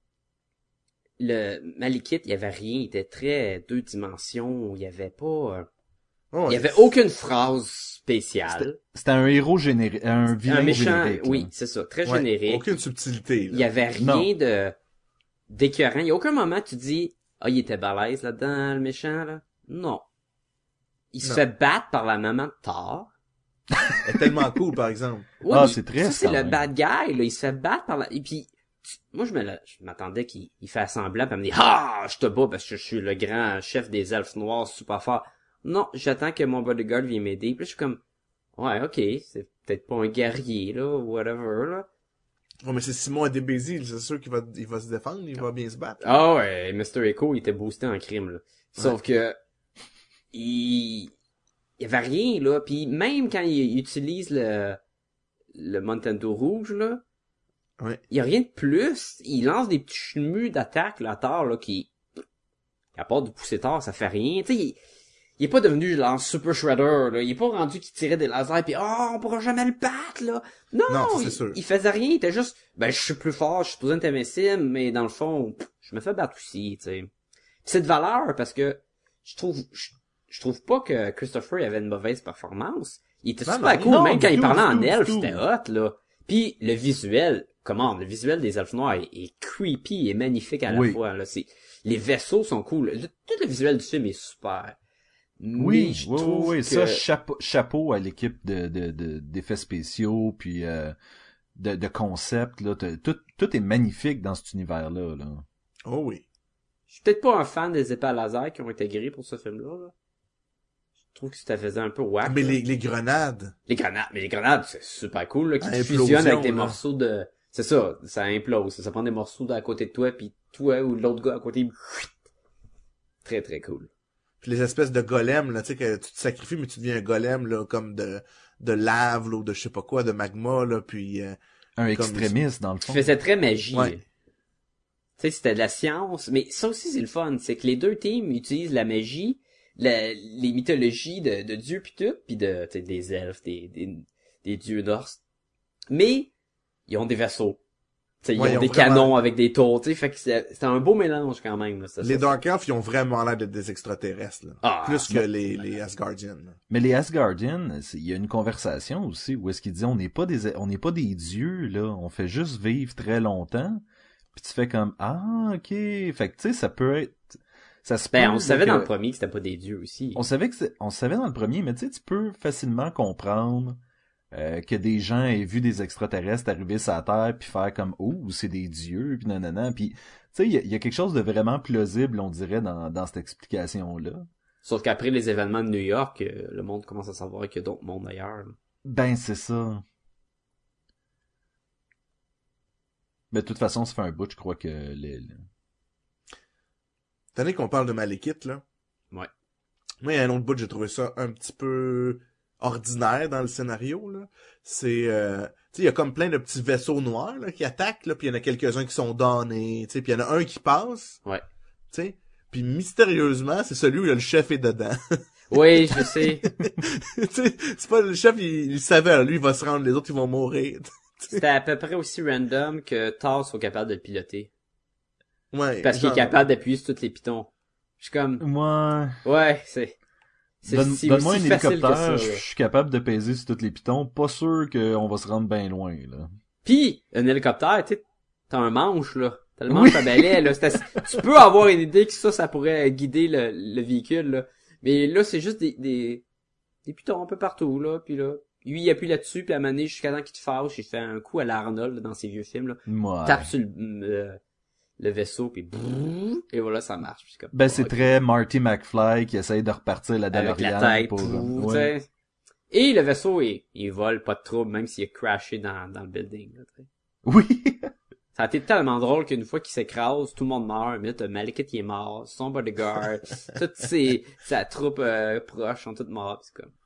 le Malekith, il y avait rien, il était très deux dimensions, il y avait pas... euh, Ouais. Il y avait aucune phrase spéciale. C'était un héros générique, un vilain Un méchant, générique. là. oui, c'est ça, très Ouais, générique. aucune subtilité, Il y là. avait rien Non. de d'écœurant. Il y a aucun moment tu dis ah il était balèze là-dedans le méchant là. Non. Il se Non. fait battre par la maman de Thor. Elle est tellement cool, par exemple. Oui, Ah, mais c'est triste, ça c'est quand le même. bad guy là, il se fait battre par la et puis tu- moi je me la- je m'attendais qu'il il fait semblant puis me dit ah je te bats parce que je suis le grand chef des elfes noirs super fort. Non, j'attends que mon bodyguard vienne m'aider. Puis là, je suis comme ouais, OK, c'est peut-être pas un guerrier là ou whatever là. Ouais, mais c'est Simon Adébézy, c'est sûr qu'il va, il va se défendre, il va bien se battre. Ah ouais, mister Echo, il était boosté en crime, là. Sauf que, il, il y avait rien, là. Puis même quand il utilise le, le Nintendo rouge, là, Ouais. il y a rien de plus. Il lance des petits chemus d'attaque, là, tard, là, qui, à part de pousser tard, ça fait rien. Tu sais, il, il est pas devenu, genre, Super Shredder, là. Il est pas rendu qu'il tirait des lasers pis oh, on pourra jamais le battre, là. Non, Non, ça, c'est il, sûr. il faisait rien. Il était juste, ben, je suis plus fort, je suis supposé être invincible, mais dans le fond, pff, je me fais battre aussi, tu sais. Pis c'est de valeur parce que je trouve, je, je trouve pas que Christopher il avait une mauvaise performance. Il était Non, super non, cool, non, même du quand il tout, parlait du en tout, elfe, du tout. c'était hot, là. Puis le visuel, comment, le visuel des elfes noirs est, est creepy et magnifique à la Oui. fois, là. C'est, les vaisseaux sont cool. Le- tout le visuel du film est super. Oui, Mais je oui, trouve oui, oui. que... Ça, chapeau, chapeau à l'équipe de, de, de, d'effets spéciaux, puis euh, de, de concepts, là. T'as- Tout, tout est magnifique dans cet univers-là, là. Oh oui. Je suis peut-être pas un fan des épées à laser qui ont été grillées pour ce film-là, là. Je trouve que ça faisait un peu whack. Mais là. les, les grenades. Les grenades, mais les grenades, c'est super cool, là, qui te Implosion, fusionnent avec des là. morceaux de... C'est ça, ça implose. Ça prend des morceaux d'à côté de toi, puis toi ou l'autre gars à côté... Très, très cool. Puis les espèces de golems, là, tu sais, que tu te sacrifies, mais tu deviens un golem, là, comme de, de lave, là, ou de je sais pas quoi, de magma, là, puis... euh, Un Comme- extrémiste, dans le Qui fond. faisait très magie. Ouais. Tu sais, c'était de la science, mais ça aussi c'est le fun, c'est que les deux teams utilisent la magie, la- les mythologies de, de dieux pis tout, pis de, tu sais, des elfes, des, des, des dieux norses. Mais, ils ont des vaisseaux. T'sais, ils Ouais, ont ils ont des vraiment- canons avec des tours, tu sais, fait que c'est c'est un beau mélange quand même. Là, ça, Les ça, Dark Elves, ils ont vraiment l'air d'être des extraterrestres, là. Ah, Plus que ben- les, les Asgardians, là. Mais les Asgardians, c'est- il y a une conversation aussi où est-ce qu'il dit on n'est pas des on n'est pas des dieux là, on fait juste vivre très longtemps. Puis tu fais comme ah ok, fait que tu sais ça peut être ça se Ben, peut, on là, savait que- dans le premier que c'était pas des dieux aussi. on savait que c'est- on savait dans le premier, mais tu sais tu peux facilement comprendre euh, que des gens aient vu des extraterrestres arriver sur la Terre puis faire comme oh c'est des dieux puis nanana puis tu sais il y, a- il y a quelque chose de vraiment plausible on dirait dans dans cette explication là. Sauf qu'après les événements de New York, euh, le monde commence à savoir qu'il y a d'autres mondes ailleurs. là. Ben, c'est ça. Mais de toute façon, ça fait un bout, je crois que... Les, les- Étant donné qu'on parle de Malekith, là. Ouais. Moi, il y a un autre bout, j'ai trouvé ça un petit peu ordinaire dans le scénario, là. C'est, euh, tu sais, il y a comme plein de petits vaisseaux noirs, là, qui attaquent, là, puis il y en a quelques-uns qui sont donnés, tu sais, puis il y en a un qui passe. Ouais. Tu sais. Puis mystérieusement, c'est celui où le chef est dedans. Oui, je sais. Tu sais, c'est pas le chef, il, il savait, là, lui, il va se rendre, les autres, ils vont mourir. C'était à peu près aussi random que Thor soit capable de le piloter. Ouais. Parce qu'il est genre- capable d'appuyer sur tous les pitons. Je suis comme, Moi, ouais, c'est... C'est donne, c'est donne-moi un aussi facile que ça. hélicoptère, là. je suis capable de peser sur tous les pitons. Pas sûr qu'on va se rendre bien loin, là. Pis, un hélicoptère, tu sais, t'as un manche, là. T'as le Oui. manche à balai, là. C'est assez- Tu peux avoir une idée que ça, ça pourrait guider le, le véhicule, là. Mais là, c'est juste des, des, des pitons un peu partout, là. Puis là, lui, il appuie là-dessus, puis à un moment donné, jusqu'à temps qu'il te fâche, il fait un coup à la Arnold, là, dans ses vieux films, là. Moi. Tape sur le, le, le vaisseau, puis brrr, et voilà, ça marche. Puis c'est comme, Ben, c'est ok. très Marty McFly qui essaye de repartir la Avec la DeLorean tête, pour... pou, Ouais. tu sais. Et le vaisseau, il, il vole, pas de trouble, même s'il a crashé dans, dans le building, là, tu sais. Oui. Ça a été tellement drôle qu'une fois qu'il s'écrase, tout le monde meurt, mais là, t'as Malekith qui est mort, son bodyguard, toute ses, sa troupe euh, proche sont toutes mortes, pis c'est comme...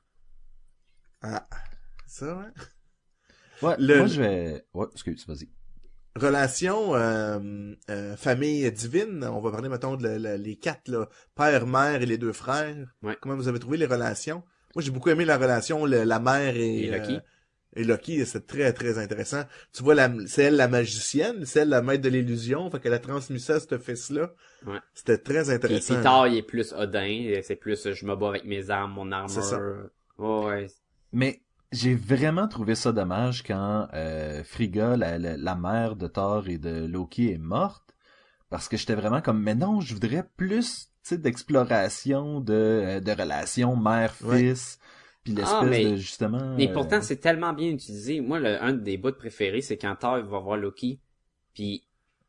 Ah. Ça, ouais. Ouais, Le- moi, je vais... Ouais, excuse, vas-y. Relation euh, euh, famille divine, on va parler mettons de le- le- les quatre là, père, mère et les deux frères. Ouais. Comment vous avez trouvé les relations? Moi j'ai beaucoup aimé la relation le- la mère et, Et Loki. euh, et Loki, c'est très très intéressant. Tu vois la c'est elle la magicienne, c'est elle la maître de l'illusion, fait qu'elle a transmis ça à ce fils-là. Ouais. C'était très Pis intéressant. puis Thor, il est plus Odin, c'est plus euh, je me bats avec mes armes, mon C'est ça. armure. Ouais, ouais. Mais j'ai vraiment trouvé ça dommage quand euh, Frigga, la, la, la mère de Thor et de Loki, est morte. Parce que j'étais vraiment comme, mais non, je voudrais plus tu sais, d'exploration, de, euh, de relations mère-fils. Puis l'espèce Ah, mais- de, justement... Mais euh, pourtant, c'est tellement bien utilisé. Moi, le, un des bouts préférés, c'est quand Thor il va voir Loki, puis...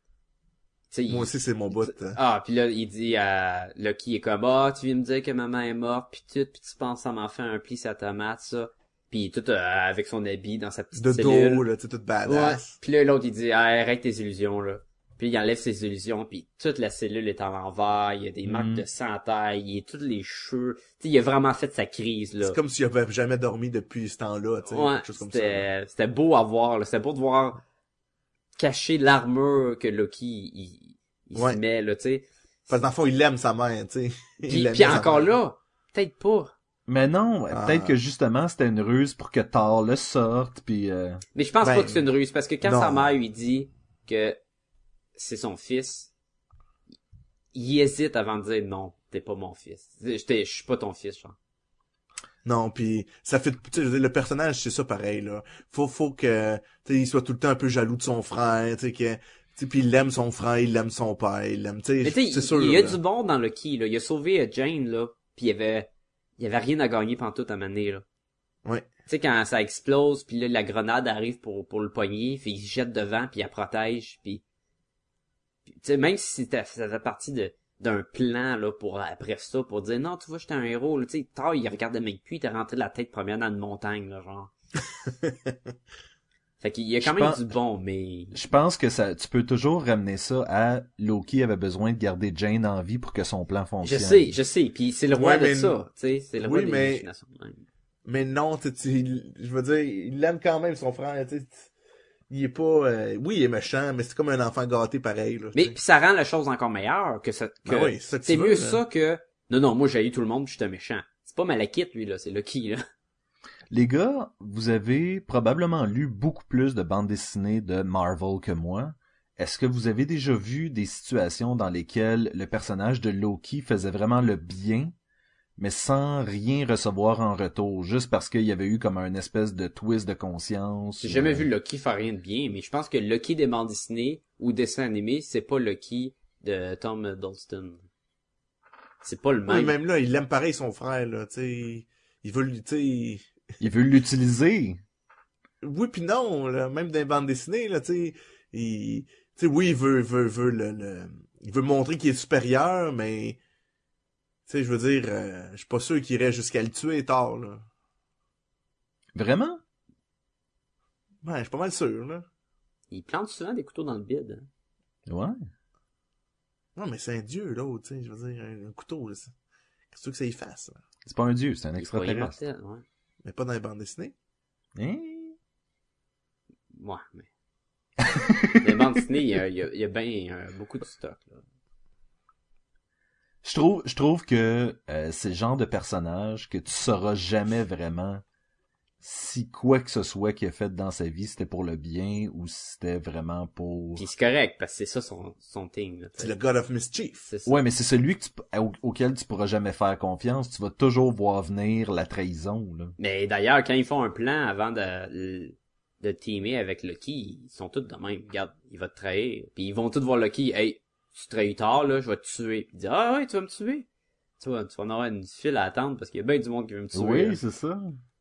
tu sais, il- Moi aussi c'est mon bout. euh. Ah, puis là, il dit à Loki, il est comme, ah, tu viens me dire que maman est morte, puis tout, puis tu penses à m'en faire un pli sa tomate, ça. Puis tout euh, avec son habit dans sa petite De cellule. dos là, tu sais, toute Ouais. badass. Puis là, l'autre, il dit, ah, arrête tes illusions, là. Puis il enlève ses illusions, puis toute la cellule est en l'envers, il y a des marques Mhm. de sang à terre, il a tous les cheveux. Tu sais, il a vraiment fait sa crise, là. C'est comme s'il avait jamais dormi depuis ce temps-là, tu sais, Ouais, quelque chose comme ça. là. c'était, c'était beau à voir, là. C'était beau de voir cacher l'armure que Loki, il, il Ouais. se met, là, tu sais. Parce que dans le fond, il aime sa mère, tu sais. Il Puis, aimait puis sa encore mère. là, peut-être pas. Mais non, Ah. peut-être que justement, c'était une ruse pour que Thor le sorte, puis... Euh... Mais je pense Ben, pas que c'est une ruse, parce que quand non. sa mère lui dit que c'est son fils, il hésite avant de dire non, t'es pas mon fils. Je t'ai- je suis pas ton fils, genre. Non, puis ça fait, tu sais, je veux dire, le personnage, c'est ça pareil, là. Faut, faut que, tu sais, il soit tout le temps un peu jaloux de son frère, tu sais, que, tu sais, puis il aime son frère, il aime son père, il aime, tu Mais sais, tu c'est sais, sûr. il y a là. du bon dans Loki, là. Il a sauvé euh, Jane, là, puis il y avait, il y avait rien à gagner pantoute à mener, là. Ouais. Tu sais, quand ça explose, puis là, la grenade arrive pour, pour le pogner, puis il se jette devant, puis il la protège, puis... puis, tu sais, même si c'était, ça fait partie de d'un plan, là, pour après ça, pour dire, non, tu vois, j'étais un héros, là, tu sais, Thor, il regardait même plus, il était rentré de la tête première dans une montagne, là, genre. Fait qu'il y a quand Je même pense- du bon, mais... Je pense que ça, tu peux toujours ramener ça à Loki avait besoin de garder Jane en vie pour que son plan Je fonctionne. sais, je sais, puis c'est le roi Ouais, de mais- ça, tu sais, c'est le roi Oui, des mais- hallucinations de même. Mais non, tu sais, tu- je veux dire, il aime quand même son frère, tu sais. Il est pas, euh, oui, il est méchant, mais c'est comme un enfant gâté pareil, là. tu Mais sais. pis ça rend la chose encore meilleure que ça. Que Ben oui, c'est ça que c'est tu mieux veux, ça là. que non non moi j'ai eu tout le monde, puis j'étais méchant. C'est pas Malekith lui là, c'est Loki là. Les gars, vous avez probablement lu beaucoup plus de bandes dessinées de Marvel que moi. est-ce que vous avez déjà vu des situations dans lesquelles le personnage de Loki faisait vraiment le bien, mais sans rien recevoir en retour, juste parce qu'il y avait eu comme un espèce de twist de conscience? J'ai jamais euh... vu Loki faire rien de bien, mais je pense que Loki des bandes dessinées ou dessins animés, c'est pas Loki de Tom Hiddleston. C'est pas le même. Oui, même là, il aime pareil son frère, là, tu sais. Il veut lui, tu sais... Il veut l'utiliser. Oui puis non, là, même dans les bandes dessinées, là, tu sais, il... tu sais, oui, il veut, veut, veut le, le... il veut montrer qu'il est supérieur, mais, tu sais, je veux dire, euh, je suis pas sûr qu'il irait jusqu'à le tuer tard, là. Vraiment? Ouais, je suis pas mal sûr, là. Il plante souvent des couteaux dans le bide. Hein. Ouais. Non, mais c'est un dieu, l'autre, tu sais, je veux dire, un, un couteau, là, c'est... Qu'est-ce que ça y fasse, là? C'est pas un dieu, c'est un Il est pas extraterrestre. immortel, ouais. Mais pas dans les bandes dessinées. Hein? Ouais, mais... les bandes dessinées, il y a, il y a, il y a bien euh, beaucoup de stock, là. Je trouve, je trouve que euh, c'est le genre de personnage que tu sauras jamais vraiment si quoi que ce soit qu'il a fait dans sa vie, c'était pour le bien ou si c'était vraiment pour... Pis c'est correct, parce que c'est ça son, son thing, là. C'est le God of Mischief. C'est ça. Ouais, mais c'est celui que tu, au- auquel tu pourras jamais faire confiance. Tu vas toujours voir venir la trahison, là. Mais d'ailleurs, quand ils font un plan avant de, de teamer avec Loki, ils sont tous de même. Regarde, il va te trahir. Puis ils vont tous voir Loki, hey, tu trahis tard, là, je vais te tuer. Puis il dit, ah ouais, tu vas me tuer. Tu vas, tu vas en avoir une file à attendre parce qu'il y a bien du monde qui veut me tuer. Oui, là. c'est ça.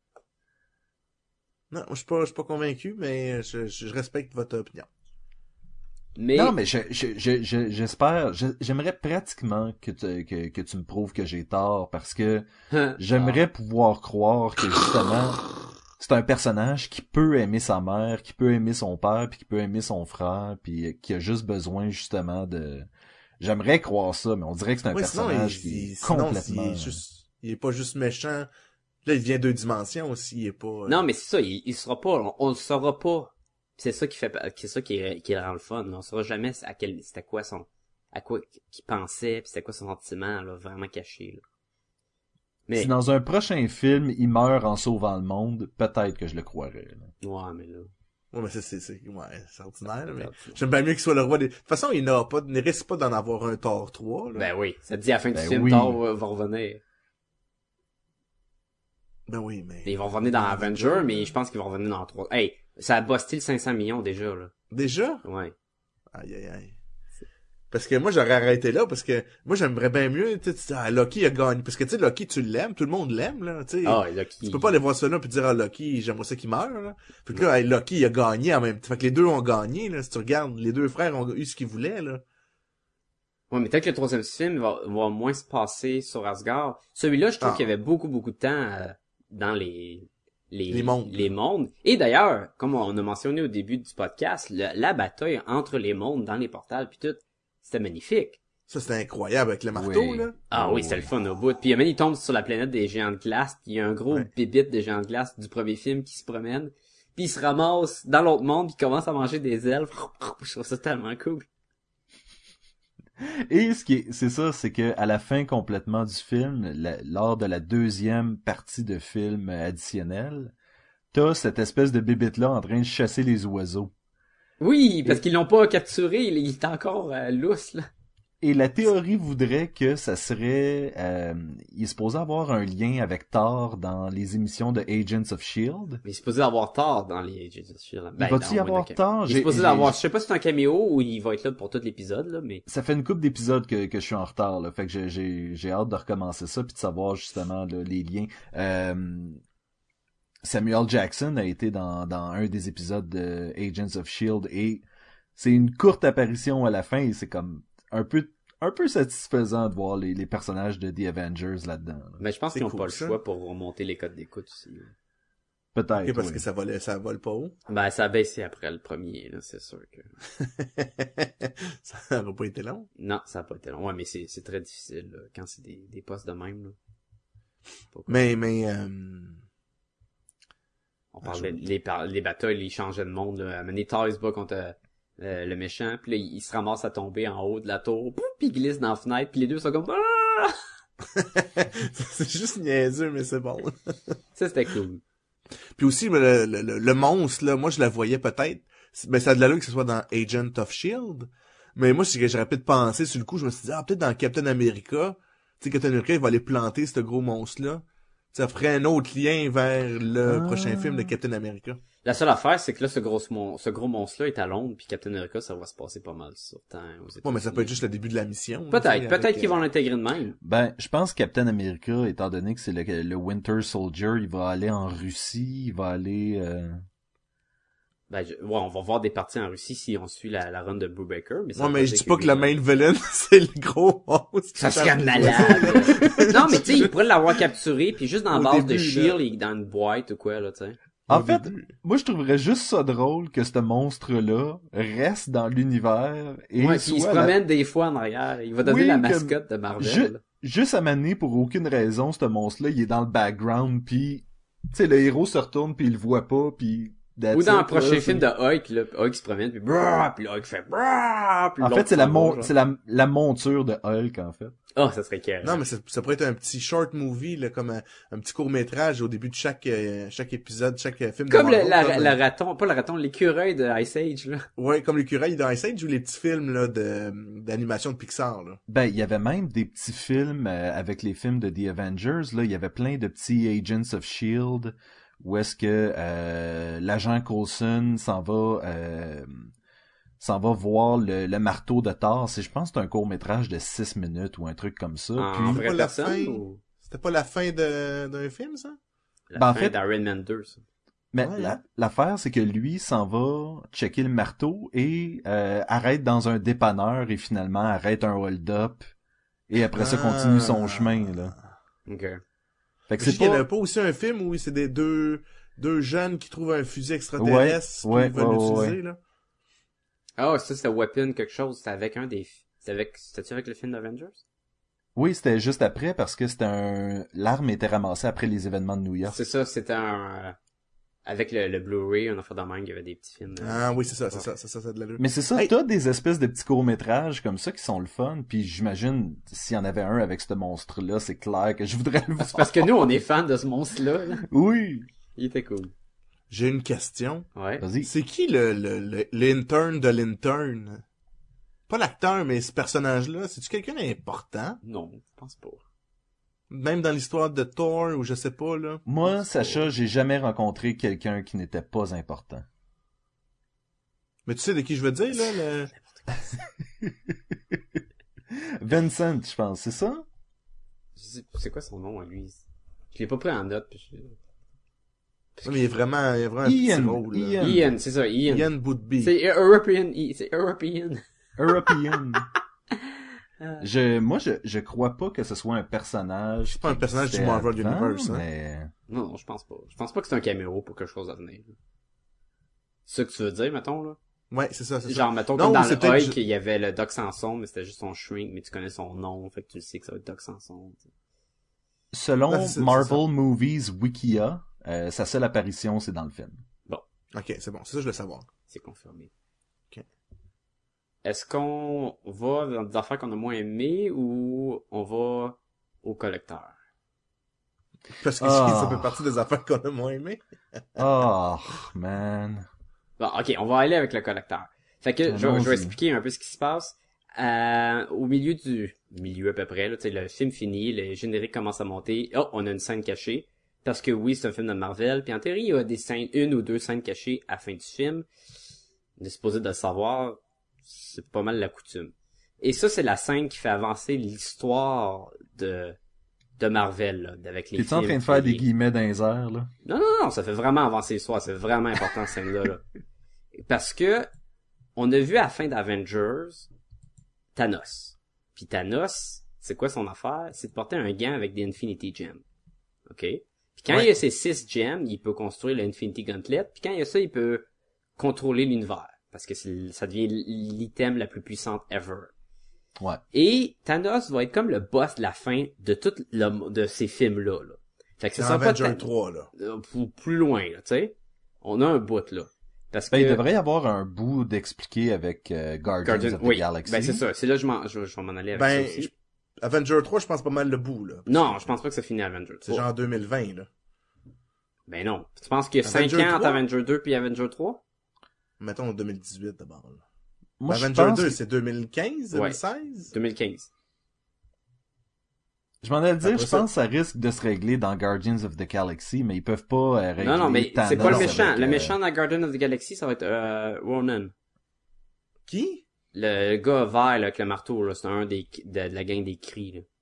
Non, je suis pas, je suis pas convaincu, mais je, je, je respecte votre opinion. Mais, Non, mais je, je, je, je- j'espère, je- j'aimerais pratiquement que tu, que, que tu me prouves que j'ai tort parce que j'aimerais pouvoir croire que justement, c'est un personnage qui peut aimer sa mère, qui peut aimer son père, puis qui peut aimer son frère, puis qui a juste besoin justement de... J'aimerais croire ça, mais on dirait que c'est un Oui, sinon, personnage il, qui il- est sinon, complètement... il est juste, il est pas juste méchant. Là, il vient deux dimensions aussi, il est pas... euh, non, mais c'est ça, il, il sera pas, on, on le saura pas. C'est ça qui fait, c'est ça qui, est- qui rend le fun. On saura jamais à quel, c'était quoi son, à quoi qu'il pensait, pis c'était quoi son sentiment, là, vraiment caché, là. Mais, Si dans un prochain film, il meurt en sauvant le monde, peut-être que je le croirais. là. ouais, mais là. Ouais, mais c'est, c'est, c'est, ouais, c'est ordinaire, là, mais Regarde ça. j'aime bien mieux qu'il soit le roi des... De toute façon, il n'a pas, ne risque pas d'en avoir un Thor trois, là. Ben oui, ça te dit à la fin Ben du film, oui. Thor va, va revenir. Ben oui, mais... Ils vont revenir dans Avenger, mais je pense qu'ils vont revenir dans trois. Hey, ça a busté le cinq cents millions déjà, là. Déjà? Ouais. Aïe, aïe, aïe. Parce que moi, j'aurais arrêté là, parce que moi, j'aimerais bien mieux, tu sais, ah, Loki a gagné. Parce que, tu sais, Loki, tu l'aimes, tout le monde l'aime, là, tu sais. Ah, et Loki. Tu peux pas aller voir ça là puis dire, ah, Loki, j'aimerais ça qu'il meure, là. Fait que là, hey, Loki, il a gagné en même temps. Fait que les deux ont gagné, là. Si tu regardes, les deux frères ont eu ce qu'ils voulaient, là. Ouais, mais peut-être que le troisième film va, va moins se passer sur Asgard. Celui-là, je trouve Ah. qu'il y avait beaucoup, beaucoup de temps euh, dans les, les, Les mondes. les mondes. Et d'ailleurs, comme on a mentionné au début du podcast, le- la bataille entre les mondes dans les portals puis tout, c'était magnifique. Ça, c'était incroyable avec le marteau, Oui. là. Ah Oh, oui, c'était oui. le fun au bout. Puis il il tombe sur la planète des géants de glace, puis il y a un gros Ouais. bébite des géants de glace du premier film qui se promène. Puis il se ramasse dans l'autre monde, puis il commence à manger des elfes. Je trouve ça tellement cool. Et ce qui est, c'est ça, c'est que à la fin complètement du film, la- lors de la deuxième partie de film additionnel, t'as cette espèce de bébite-là en train de chasser les oiseaux. Oui, parce qu'ils l'ont pas capturé, il il est encore euh, lousse, là. Et la théorie voudrait que ça serait... Euh, il est supposé avoir un lien avec Thor dans les émissions de Agents of Shield. Mais il est supposé avoir tort dans les Agents of Shield. Ben, Il va-tu y non, avoir ouais, tort? Il est J'ai- supposé j'ai- l'avoir, je sais pas si c'est un caméo ou il va être là pour tout l'épisode, là, mais... Ça fait une couple d'épisodes que, que je suis en retard, là. Fait que j'ai, j'ai, j'ai hâte de recommencer ça puis de savoir justement là, les liens. Euh, Samuel Jackson a été dans, dans un des épisodes de Agents of Shield et c'est une courte apparition à la fin et c'est comme un peu un peu satisfaisant de voir les, les personnages de The Avengers là-dedans. là. Mais je pense C'est qu'ils ont cool, pas le ça. choix pour remonter les codes d'écoute aussi. là. Peut-être. Ok, parce oui. que ça vole, ça vole pas haut. Ben, ça a baissé après le premier, là, c'est sûr que... Ça n'aurait pas été long. Non, ça a pas été long. Ouais, mais c'est, c'est très difficile, là, quand c'est des, des postes de même, là. Pas comme- Mais, mais, euh... On parlait, les, par- les batailles, ils changeaient de monde, là. À un moment donné, Thor, il se bat contre euh, le méchant, puis là, il, il se ramasse à tomber en haut de la tour, pouf, puis il glisse dans la fenêtre, puis les deux sont comme... Ah! c'est juste niaiseux, mais c'est bon. Ça, c'était cool. Puis aussi, le, le, le, le monstre, là, moi, je la voyais peut-être c'est- ben, ça a de l'allure que ce soit dans Agent of Shield. Mais moi, c'est que j'aurais peut-être pensé, sur le coup, je me suis dit, ah, peut-être dans Captain America, tu sais, Captain America, il va aller planter ce gros monstre-là. Ça ferait un autre lien vers le Ah. prochain film de Captain America. La seule affaire, c'est que là, ce gros, mon... ce gros monstre-là est à Londres, puis Captain America, ça va se passer pas mal sur temps aux États-Unis. Bon, mais ça peut être juste le début de la mission. Peut-être, tu sais, peut-être avec, qu'ils vont euh, l'intégrer de même. Ben, je pense que Captain America, étant donné que c'est le, le Winter Soldier, il va aller en Russie, il va aller... Euh... Ben, je... ouais, on va voir des parties en Russie si on suit la, la run de Brubaker, mais ça Ouais, veut mais je dire dis pas que le lui- main villain, c'est le gros monstre. Ça serait malade. Non, mais tu sais, il pourrait l'avoir capturé, puis juste dans la Au base de début, Shield, là. il est dans une boîte ou quoi, là, tu sais. En Au fait, début. moi je trouverais juste ça drôle que ce monstre-là reste dans l'univers et Ouais, puis il se soit la- promène des fois en arrière. Il va devenir Oui, la comme- mascotte de Marvel. Ju- juste à m'amener pour aucune raison, ce monstre-là, il est dans le background, puis tu sais, le héros se retourne, puis il le voit pas, puis... that's Ou dans le it, prochain là, film c'est- de Hulk, là, Hulk se promène, puis brrr, puis là, Hulk fait brrr, puis En l'autre fait, c'est la, s'en mon... va, genre. c'est la... la monture de Hulk, en fait. Ah, ça serait carré. Non, mais ça, ça pourrait être un petit short movie, là, comme un, un petit court-métrage au début de chaque, euh, chaque épisode, chaque euh, film de Comme le, Marvel, la, comme, le euh, raton, pas le raton, l'écureuil de Ice Age, là. Ouais, comme l'écureuil dans Ice Age ou les petits films, là, de, d'animation de Pixar, là. Ben, il y avait même des petits films euh, avec les films de The Avengers, là, il y avait plein de petits Agents of Shield où est-ce que euh, l'agent Coulson s'en va euh, s'en va voir le, le marteau de Thor. C'est, je pense que c'est un court-métrage de six minutes ou un truc comme ça. En Puis, vraie pas la personne, fin. ou C'était pas la fin de, d'un film, ça? la Ben, en fin fait- d'Iron Man deux, ça. mais Ouais, la- hein. l'affaire, c'est que lui s'en va checker le marteau et euh, arrête dans un dépanneur et finalement arrête un hold-up et après ça continue son Ah. chemin, là. Ok. Fait que Je sais c'est qu'il y pas... avait pas aussi un film où c'est des deux, deux jeunes qui trouvent un fusil extraterrestre Ouais, qu'ils veulent ouais, ouais, l'utiliser, là. Ah, ça, c'était Weapon quelque chose. C'était avec un des... C'était avec... C'était-tu avec le film d'Avengers? Oui, c'était juste après parce que c'était un... L'arme était ramassée après les événements de New York. C'est ça, c'était un... euh, Avec le, le Blu-ray, un affaire de même, il y avait des petits films. euh, Ah oui, c'est ça, c'est ça, c'est ça, c'est de l'allure. Mais c'est ça, Hey. t'as des espèces de petits courts-métrages comme ça qui sont le fun, puis j'imagine, s'il y en avait un avec ce monstre-là, c'est clair que je voudrais le voir. C'est parce que nous, on est fans de ce monstre-là, là. Oui! Il était cool. J'ai une question. Ouais. Vas-y. C'est qui le, le, le, l'intern de l'intern? Pas l'acteur, mais ce personnage-là, c'est-tu quelqu'un d'important? Non, je pense pas. Même dans l'histoire de Thor, ou je sais pas, là. Moi, Sacha, j'ai jamais rencontré quelqu'un qui n'était pas important. Mais tu sais de qui je veux dire, là, le... Vincent, je pense, c'est ça? Je sais- C'est quoi son nom, à lui? Je l'ai pas pris en note, puis je... Non, mais il est vraiment, il est vraiment un Ian, petit rôle, là. Ian. Ian, c'est ça, Ian. Ian Bootby. C'est European, I- c'est European. European. je, moi, je, je crois pas que ce soit un personnage. C'est pas un qui personnage du existait Marvel avant, Universe, hein. mais... Non, non, je pense pas. Je pense pas que c'est un caméo pour quelque chose à venir. C'est ça que tu veux dire, mettons, là? Ouais, c'est ça, c'est ça. Genre, mettons, Non, comme dans c'est le peut-être Hulk, ju- il y avait le Doc Samson, mais c'était juste son shrink, mais tu connais son nom, fait que tu sais que ça va être Doc Samson. tu sais. Selon Ouais, c'est- c'est Marvel Movies Wikia, euh, sa seule apparition, c'est dans le film. Ok, c'est bon, c'est ça que je voulais savoir. C'est confirmé. Ok. Est-ce qu'on va dans des affaires qu'on a moins aimées ou on va au collecteur? Parce que Ah. ça fait partie des affaires qu'on a moins aimées. Oh, man. Bon, ok, on va aller avec le collecteur. Fait que, je, je Allons-y. vais expliquer un peu ce qui se passe. Euh, au milieu du, milieu à peu près, là, tu sais, le film finit, le générique commence à monter. Oh, on a une scène cachée. Parce que oui, c'est un film de Marvel. Puis en théorie, il y a des scènes, une ou deux scènes cachées à la fin du film. On est supposé de le savoir. C'est pas mal la coutume. Et ça, c'est la scène qui fait avancer l'histoire de, de Marvel, là, avec les T'es-tu en films train de faire des les- guillemets dans les airs, là? Non, non, non, ça fait vraiment avancer l'histoire. C'est vraiment important, cette scène-là, là. Parce que, on a vu à la fin d'Avengers, Thanos. Puis Thanos, c'est quoi son affaire? C'est de porter un gant avec des Infinity Gems. OK? Puis quand Ouais. il a ses six gems, il peut construire l'Infinity Gauntlet. Puis quand il y a ça, il peut contrôler l'univers. Parce que c'est- ça devient l'item la plus puissante ever. Ouais. Et Thanos va être comme le boss de la fin de tout le, de ces films-là, là. Fait que C'est ça dans sera pas Avenger Than- trois, là. euh, plus- plus loin, là, tu sais. On a un bout, là. Parce Ben, que... il devrait y avoir un bout d'expliquer avec euh, Guardians Guardian- of the oui, Galaxy. ben c'est ça. C'est là que je, m'en- je, je vais m'en aller avec Ben, ça aussi. je- Avenger trois, je pense pas mal le bout, là. Non, je pense pas que ça finit Avenger C'est trois. genre deux mille vingt, là. Ben non. Tu penses qu'il y a cinq Avenger ans entre trois? Avenger deux puis Avenger trois? Mettons deux mille dix-huit d'abord. Là. Moi, je Avenger pense deux, que- c'est deux mille quinze, deux mille seize? deux mille quinze. Je m'en allais dire, Après je ça- pense que ça risque de se régler dans Guardians of the Galaxy, mais ils peuvent pas euh, régler Non, non, mais c'est Thanos pas le avec, méchant. Le euh, méchant dans Guardian of the Galaxy, ça va être euh, Ronan. Qui? Le gars vert là, avec le marteau, là, c'est un des de, de la gang des cris. Là.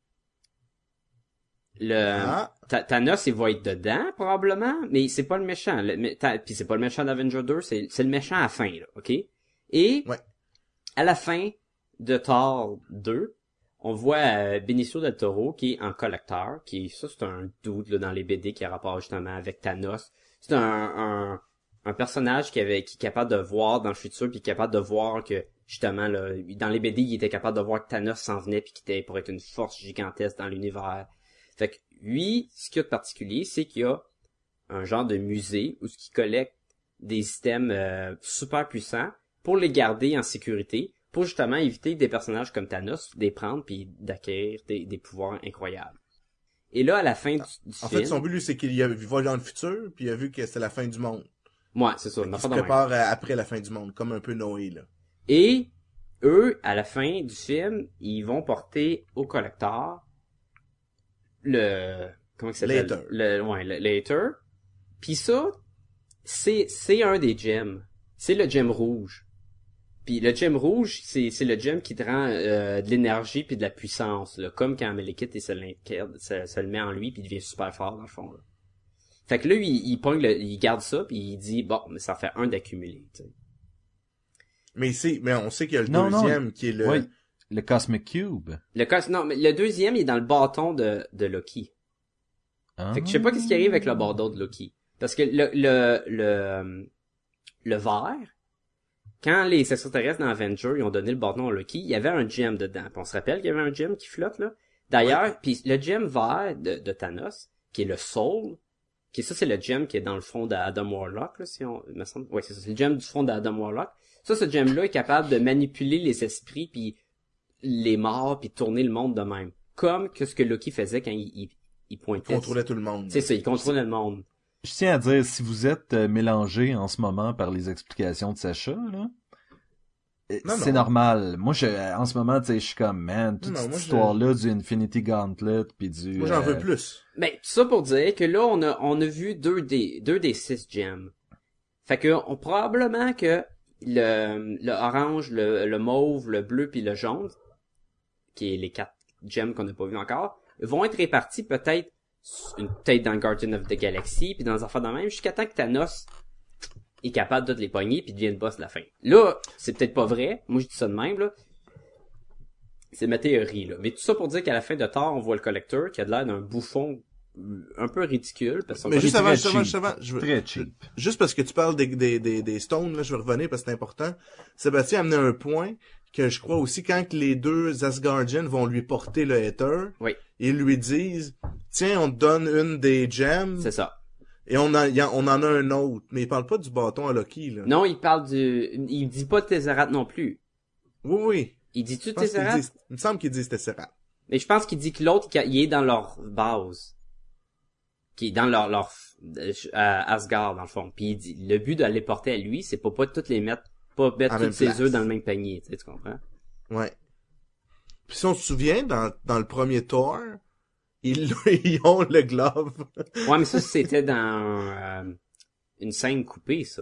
Le Ah. Tha- Thanos, il va être dedans probablement, mais c'est pas le méchant. Le, mais, ta- puis c'est pas le méchant d'Avenger deux, c'est c'est le méchant à la fin, là, ok? Et Ouais. à la fin de Thor deux, on voit euh, Benicio del Toro qui est un collecteur, qui ça c'est un dude là, dans les B D qui a rapport justement avec Thanos. C'est un, un un personnage qui avait qui est capable de voir dans le futur puis qui est capable de voir que justement là dans les B D il était capable de voir que Thanos s'en venait puis qu'il était pour être une force gigantesque dans l'univers. Fait que lui, ce qu'il y a de particulier, c'est qu'il y a un genre de musée où ce qui collecte des systèmes euh, super puissants pour les garder en sécurité, pour justement éviter que des personnages comme Thanos les prendre puis d'acquérir des, des pouvoirs incroyables. Et là, à la fin du, du En film... fait, son but, lui, c'est qu'il a vu dans le futur, puis il a vu que c'est la fin du monde. Ouais, c'est ça. Il se prépare à- après la fin du monde, comme un peu Noé, là. Et eux, à la fin du film, ils vont porter au collecteur le... Comment il s'appelle? Later. Le, ouais, le Later. Puis ça, c'est, c'est un des gems. C'est le gem rouge. Puis le gem rouge, c'est, c'est le gem qui te rend euh, de l'énergie puis de la puissance, là. Comme quand Malekith il se, l'incarne- se, se le met en lui puis il devient super fort, dans le fond, là. Fait que là, il, il pogne le, il garde ça puis il dit, bon, mais ça fait un d'accumuler, tu sais. Mais c'est, mais on sait qu'il y a le Non, non. deuxième qui est le... Oui, le Cosmic Cube. Le cas, non, mais le deuxième, il est dans le bâton de, de Loki. Ah. Fait que je sais pas qu'est-ce qui arrive avec le bâton de Loki. Parce que le, le, le, le vert, quand les extraterrestres dans Avenger, ils ont donné le bâton à Loki, il y avait un gem dedans. Puis on se rappelle qu'il y avait un gem qui flotte, là. D'ailleurs, puis le gem vert de, de Thanos, qui est le Soul, qui ça, c'est le gem qui est dans le fond d'Adam Warlock, là, si on, il me semble. Ouais, c'est ça, c'est le gem du fond d'Adam Warlock. Ça, ce gem-là est capable de manipuler les esprits puis les morts puis tourner le monde de même. Comme que ce que Loki faisait quand il, il, il pointait. Il contrôlait tout le monde. C'est ça, il contrôlait le monde. Je tiens à dire, si vous êtes euh, mélangé en ce moment par les explications de Sacha, là, euh, Non, c'est non. normal. Moi, je, en ce moment, tu sais, je suis comme, man, toute Non, cette moi, je- histoire-là du Infinity Gauntlet, puis du... Moi, j'en euh, veux plus. Ben, tout ça pour dire que là, on a, on a vu deux des, deux des six gems. Fait que, on, probablement que le, le orange, le, le mauve, le bleu puis le jaune, qui est les quatre gems qu'on n'a pas vu encore, vont être répartis peut-être, une peut-être dans Guardian of the Galaxy puis dans les affaires de même, jusqu'à temps que Thanos est capable de les pogner puis devient le boss de la fin. Là, c'est peut-être pas vrai. Moi, je dis ça de même, là. C'est ma théorie, là. Mais tout ça pour dire qu'à la fin de Thor, on voit le collecteur qui a de l'air d'un bouffon euh, un peu ridicule. Parce qu'on Mais juste très avant, juste avant, cheap. juste avant, je veux- Très cheap. juste parce que tu parles des, des, des, des stones, là, je vais revenir parce que c'est important. Sébastien a amené un point que je crois aussi quand que les deux Asgardians vont lui porter le Ether, Oui, ils lui disent, tiens, on te donne une des gems, c'est ça. et on, a, y a- on en a un autre. Mais il parle pas du bâton à Loki, là. Non, il parle du... Il dit pas Tesseract non plus. Oui, oui. Il dit-tu Je pense qu'il Tesseract? dit- il me semble qu'il dit Tesseract. Mais je pense qu'il dit que l'autre, il est dans leur base. Qui est dans leur, leur euh, Asgard, dans le fond. Puis il dit, le but d'aller porter à lui, c'est pas pas toutes les mettre, pas mettre En tous même ses place. œufs dans le même panier, tu sais, tu comprends? Ouais. Puis si on se souvient, dans, dans le premier Thor, ils, ils ont le glove. Ouais, mais ça, c'était dans euh, une scène coupée, ça.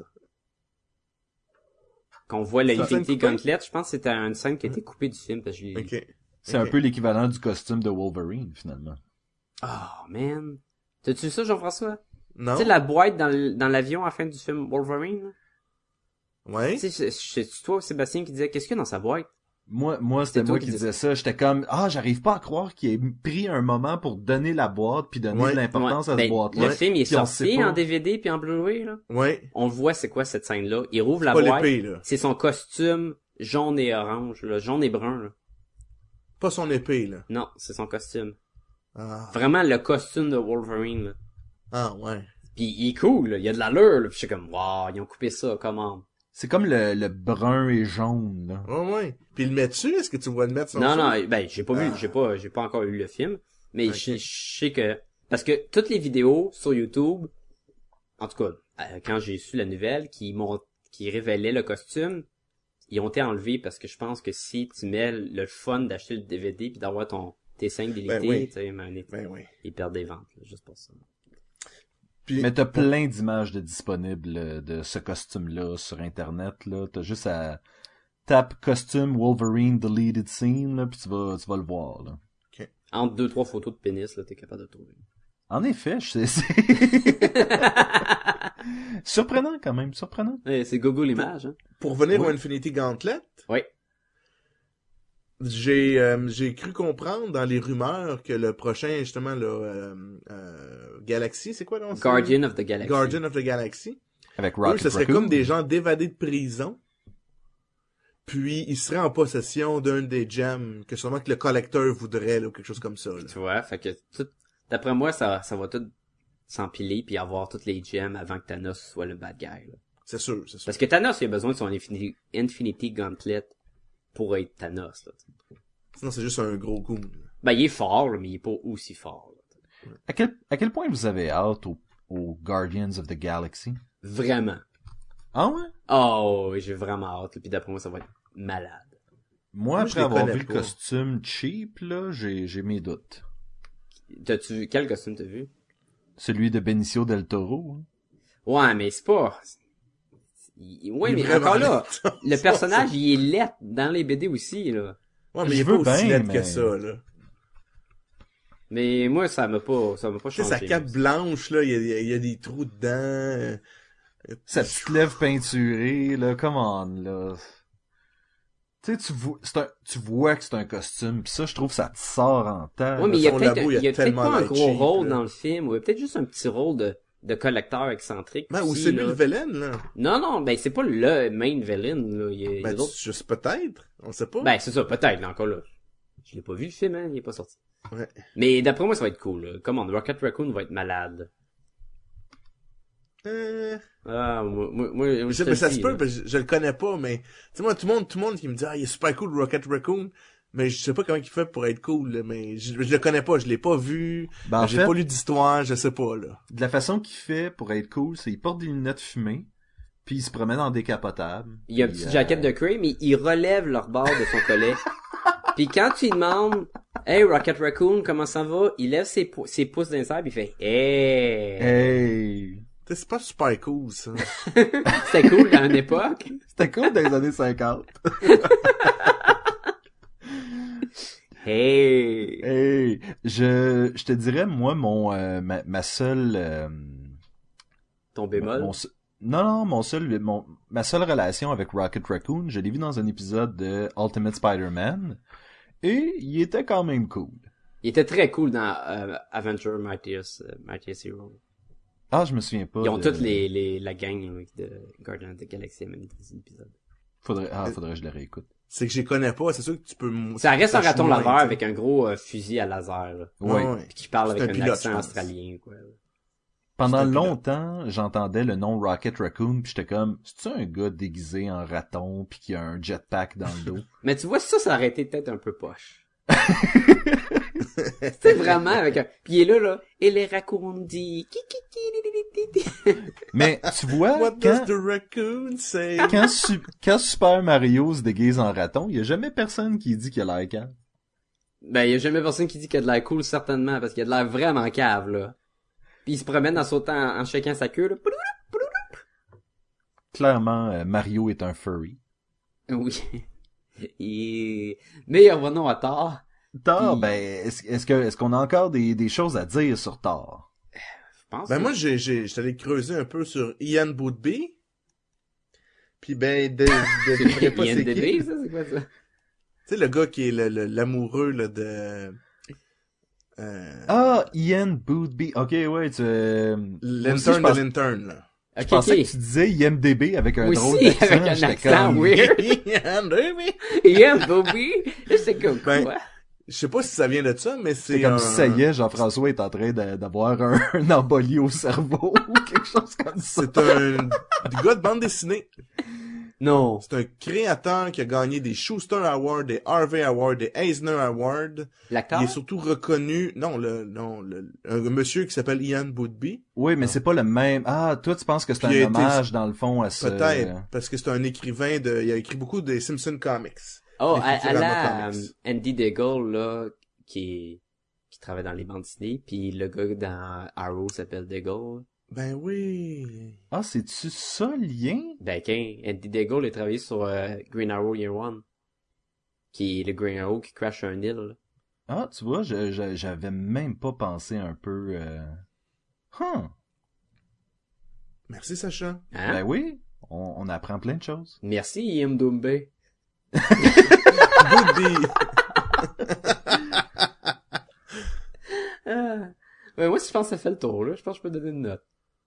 Qu'on voit le C'est une scène Infinity coupée? Gauntlet, je pense que c'était une scène qui a été coupée du film, parce que je l'ai... Ok. C'est Ok. un peu l'équivalent du costume de Wolverine, finalement. Oh, man. T'as-tu vu ça, Jean-François? Non? Tu sais, la boîte dans l- dans l'avion à la fin du film Wolverine, là? Ouais. Tu sais, c'est- c'est toi, Sébastien, qui disait, qu'est-ce qu'il y a dans sa boîte? Moi, moi, c'était C'est toi moi qui qui dis- disais ça. J'étais comme, ah, j'arrive pas à croire qu'il ait pris un moment pour donner la boîte puis donner Ouais. de l'importance Ouais. à Ben, cette boîte-là. le film, il est Puis on sorti sait pas. en D V D puis en Blu-ray, là. Ouais. On le voit, c'est quoi cette scène-là? Il rouvre la Pas boîte. l'épée, là. C'est son costume jaune et orange, là. Jaune et brun, là. Pas son épée, là. Non, c'est son costume. Ah, Vraiment le costume de Wolverine, là. ah ouais. Puis il est cool, là. Il y a de l'allure, là. Puis je suis comme, waouh, ils ont coupé ça, comment? C'est comme le, le brun et jaune, là. Ouais, ouais. Puis il le met dessus, est-ce que tu vois le mettre sur Non, son- non, ben, j'ai pas vu, Ah. j'ai pas, j'ai pas encore eu le film. Mais Ok. je je sais que, parce que toutes les vidéos sur YouTube, en tout cas, euh, quand j'ai su la nouvelle, qui m'ont, qui révélaient le costume, ils ont été enlevés parce que je pense que si tu mets le fun d'acheter le D V D puis d'avoir ton tes cinq d'édité, Ben oui. tu sais, mais Ben oui. ils perdent des ventes, là, juste pour ça. Puis, Mais t'as plein d'images de disponibles euh, de ce costume-là sur Internet, là. T'as juste à tape costume Wolverine deleted scene, là, puis tu vas, tu vas le voir, là. Entre deux, trois photos de pénis, là, t'es capable de le trouver. En effet, je sais, c'est... surprenant quand même, surprenant. Ouais, c'est Google Images, hein. pour revenir Oui. au Infinity Gauntlet, Oui. j'ai euh, j'ai cru comprendre dans les rumeurs que le prochain, justement, là, euh, euh, Galaxy, c'est quoi, non? Guardian of the Galaxy. Guardian of the Galaxy. Avec Eux, Rocket ce serait Raccoon. comme des gens d'évadés de prison. Puis, ils seraient en possession d'un des gems que sûrement que le collecteur voudrait, là, ou quelque chose comme ça, là. Tu vois, fait que tout, d'après moi, ça, ça va tout s'empiler puis avoir toutes les gems avant que Thanos soit le bad guy, là. C'est sûr, c'est sûr. Parce que Thanos, il a besoin de son Infinity, Infinity Gauntlet pour être Thanos, là. Sinon, c'est juste un gros goon. Ben, il est fort, là, mais il est pas aussi fort, là. À quel, à quel point vous avez hâte aux au Guardians of the Galaxy? Vraiment. Ah ouais? Oh, oui, j'ai vraiment hâte, là, puis d'après moi, ça va être malade. Moi, Moi, je après les avoir connais vu le pas. costume cheap, là, j'ai, j'ai mes doutes. T'as-tu vu, quel costume t'as vu? Celui de Benicio del Toro. hein. Ouais, mais c'est pas... Il- Ouais, Il est mais vraiment encore là, laid. le personnage, il est laid dans les B D aussi, là. Ouais, mais il Je est pas veux aussi bien, laid mais- que ça, là. Mais moi, ça m'a pas, ça m'a pas Tu sais, changé. sa cape blanche, là, il y a, il y a des trous dedans. Sa petite lèvre peinturée, là, come on, là. Tu sais, tu vois, c'est un, tu vois que c'est un costume, pis ça, je trouve, ça te sort en temps. Ouais, mais il y a son peut-être, labo, il y a peut-être tellement pas un l'air gros cheap, rôle là. dans le film, ou il y a peut-être juste un petit rôle de, de collecteur excentrique. Ben, ou aussi, c'est lui là. le villain, là. Non, non, ben c'est pas le main villain, là. Il y a, il y a Ben, d'autres. tu- je sais peut-être. On sait pas. Ben, c'est ça, peut-être, là, encore là. Je l'ai pas vu le film, hein, il est pas sorti. Ouais. Mais d'après moi, ça va être cool, là. Comment, Rocket Raccoon va être malade. Euh... Ah, moi, moi, moi, Je je sais, te mais le ça dis, se peut, là. parce que je, je le connais pas, mais, tu sais, moi, tout le monde, tout le monde qui me dit, ah, il est super cool, Rocket Raccoon, mais je sais pas comment il fait pour être cool, là, mais je, je le connais pas, je l'ai pas vu, Ben, en j'ai fait, pas lu d'histoire, je sais pas, là. de la façon qu'il fait pour être cool, c'est qu'il porte des lunettes fumées, puis il se promène en décapotable. Il y a une puis, petite euh, jaquette de cuir, mais il relève leur barre de son collet. Puis quand tu lui demandes, hey, Rocket Raccoon, comment ça va? Il lève ses, pou- ses pouces d'un cerf, puis il fait, hey! Hey! Tu sais, c'est pas super cool, ça. C'était cool dans une époque. C'était cool dans les années cinquante. Hey! Hey! Je, je te dirais, moi, mon, euh, ma, ma seule, euh, Ton bémol. mon se- non, non, mon seul, mon, ma seule relation avec Rocket Raccoon, je l'ai vu dans un épisode de Ultimate Spider-Man, et il était quand même cool. Il était très cool dans euh, Adventure Mightiest, euh, Mightiest Hero. Ah, je me souviens pas. Ils ont de- toutes les, les, la gang là, de Guardians of the Galaxy à mener dans l'épisode. Faudrait, ah, faudrait que je le réécoute. C'est que je les connais pas, c'est sûr que tu peux... m- Ça reste un sache raton moins, laveur tu sais. avec un gros euh, fusil à laser, là. Ouais. Ouais. Puis qui parle C'est avec un un, pilote, accent je pense. australien, quoi. Pendant C'est un pilote. longtemps, j'entendais le nom Rocket Raccoon, puis j'étais comme, c'est-tu un gars déguisé en raton, puis qui a un jetpack dans le dos? Mais tu vois, ça, ça aurait été peut-être un peu poche. C'est vraiment avec un... Puis il est là, là, et les raccoons dit... ki, ki, ki, li, li, li, li, li. Mais tu vois, What quand, does the raccoon say? quand, Su- quand Super Mario se déguise en raton, il y a jamais personne qui dit qu'il a l'air calme. Ben, y a jamais personne qui dit qu'il a de l'air cool, certainement, parce qu'il a de l'air vraiment cave, là. Puis il se promène en sautant, en, en shaking sa queue, là. Clairement, euh, Mario est un furry. Oui. Et... Mais revenons à Thor. Thor, Puis- ben, est-ce, est-ce que, est-ce qu'on a encore des, des choses à dire sur Thor? Je pense Ben que- moi, j'ai, j'ai, j'étais allé creuser un peu sur Ian Boothby. Puis ben, de, de, je sais pas c'est qui. I N D B, Tu ça, c'est quoi ça? sais, le gars qui est le, le- l'amoureux, là, de... Euh, Ah, Ian Boothby. Ok, ouais, tu, euh, moi aussi, je L'intern pense- de l'intern, là. je Ok, pensais ok. que tu disais I M D B avec un Oui, drôle si, d'accent. avec un j'étais accent comme- weird. Ian Boothby. Yeah, Bobby. C'est comme Ben, quoi? Je sais pas si ça vient de ça, mais c'est C'est comme un... si ça y est, Jean-François est en train de- d'avoir un, un embolie au cerveau ou quelque chose comme ça. C'est un du gars de bande dessinée. Non. C'est un créateur qui a gagné des Schuster Awards, des Harvey Awards, des Eisner Awards. L'acteur? Il est surtout reconnu, non, le, non, le, un monsieur qui s'appelle Ian Bootby. Oui, mais Non. c'est pas le même. Ah, toi, tu penses que c'est Puis il a un été- hommage, dans le fond, à ce... Peut-être, parce que c'est un écrivain de, il a écrit beaucoup des Simpson Comics. Oh, Les à, à Futurama la Comics. euh, Andy Deagle, là, qui est, qui travaille dans les bandes dessinées, puis le gars dans Arrow s'appelle Deagle. Ben oui. Ah, c'est-tu ça, le lien? Ben, qu'un, Andy Deagle a travaillé sur euh, Green Arrow Year One. Qui est le Green Arrow qui crash un île, là. Ah, tu vois, je, je- j'avais même pas pensé un peu... Euh... Huh. Merci, Sacha. Hein? Ben oui, on, on apprend plein de choses. Merci, Ian Doumbé. Bootby. Ah. Ben, moi, si je pense que ça fait le tour, là, je pense que je peux donner une note.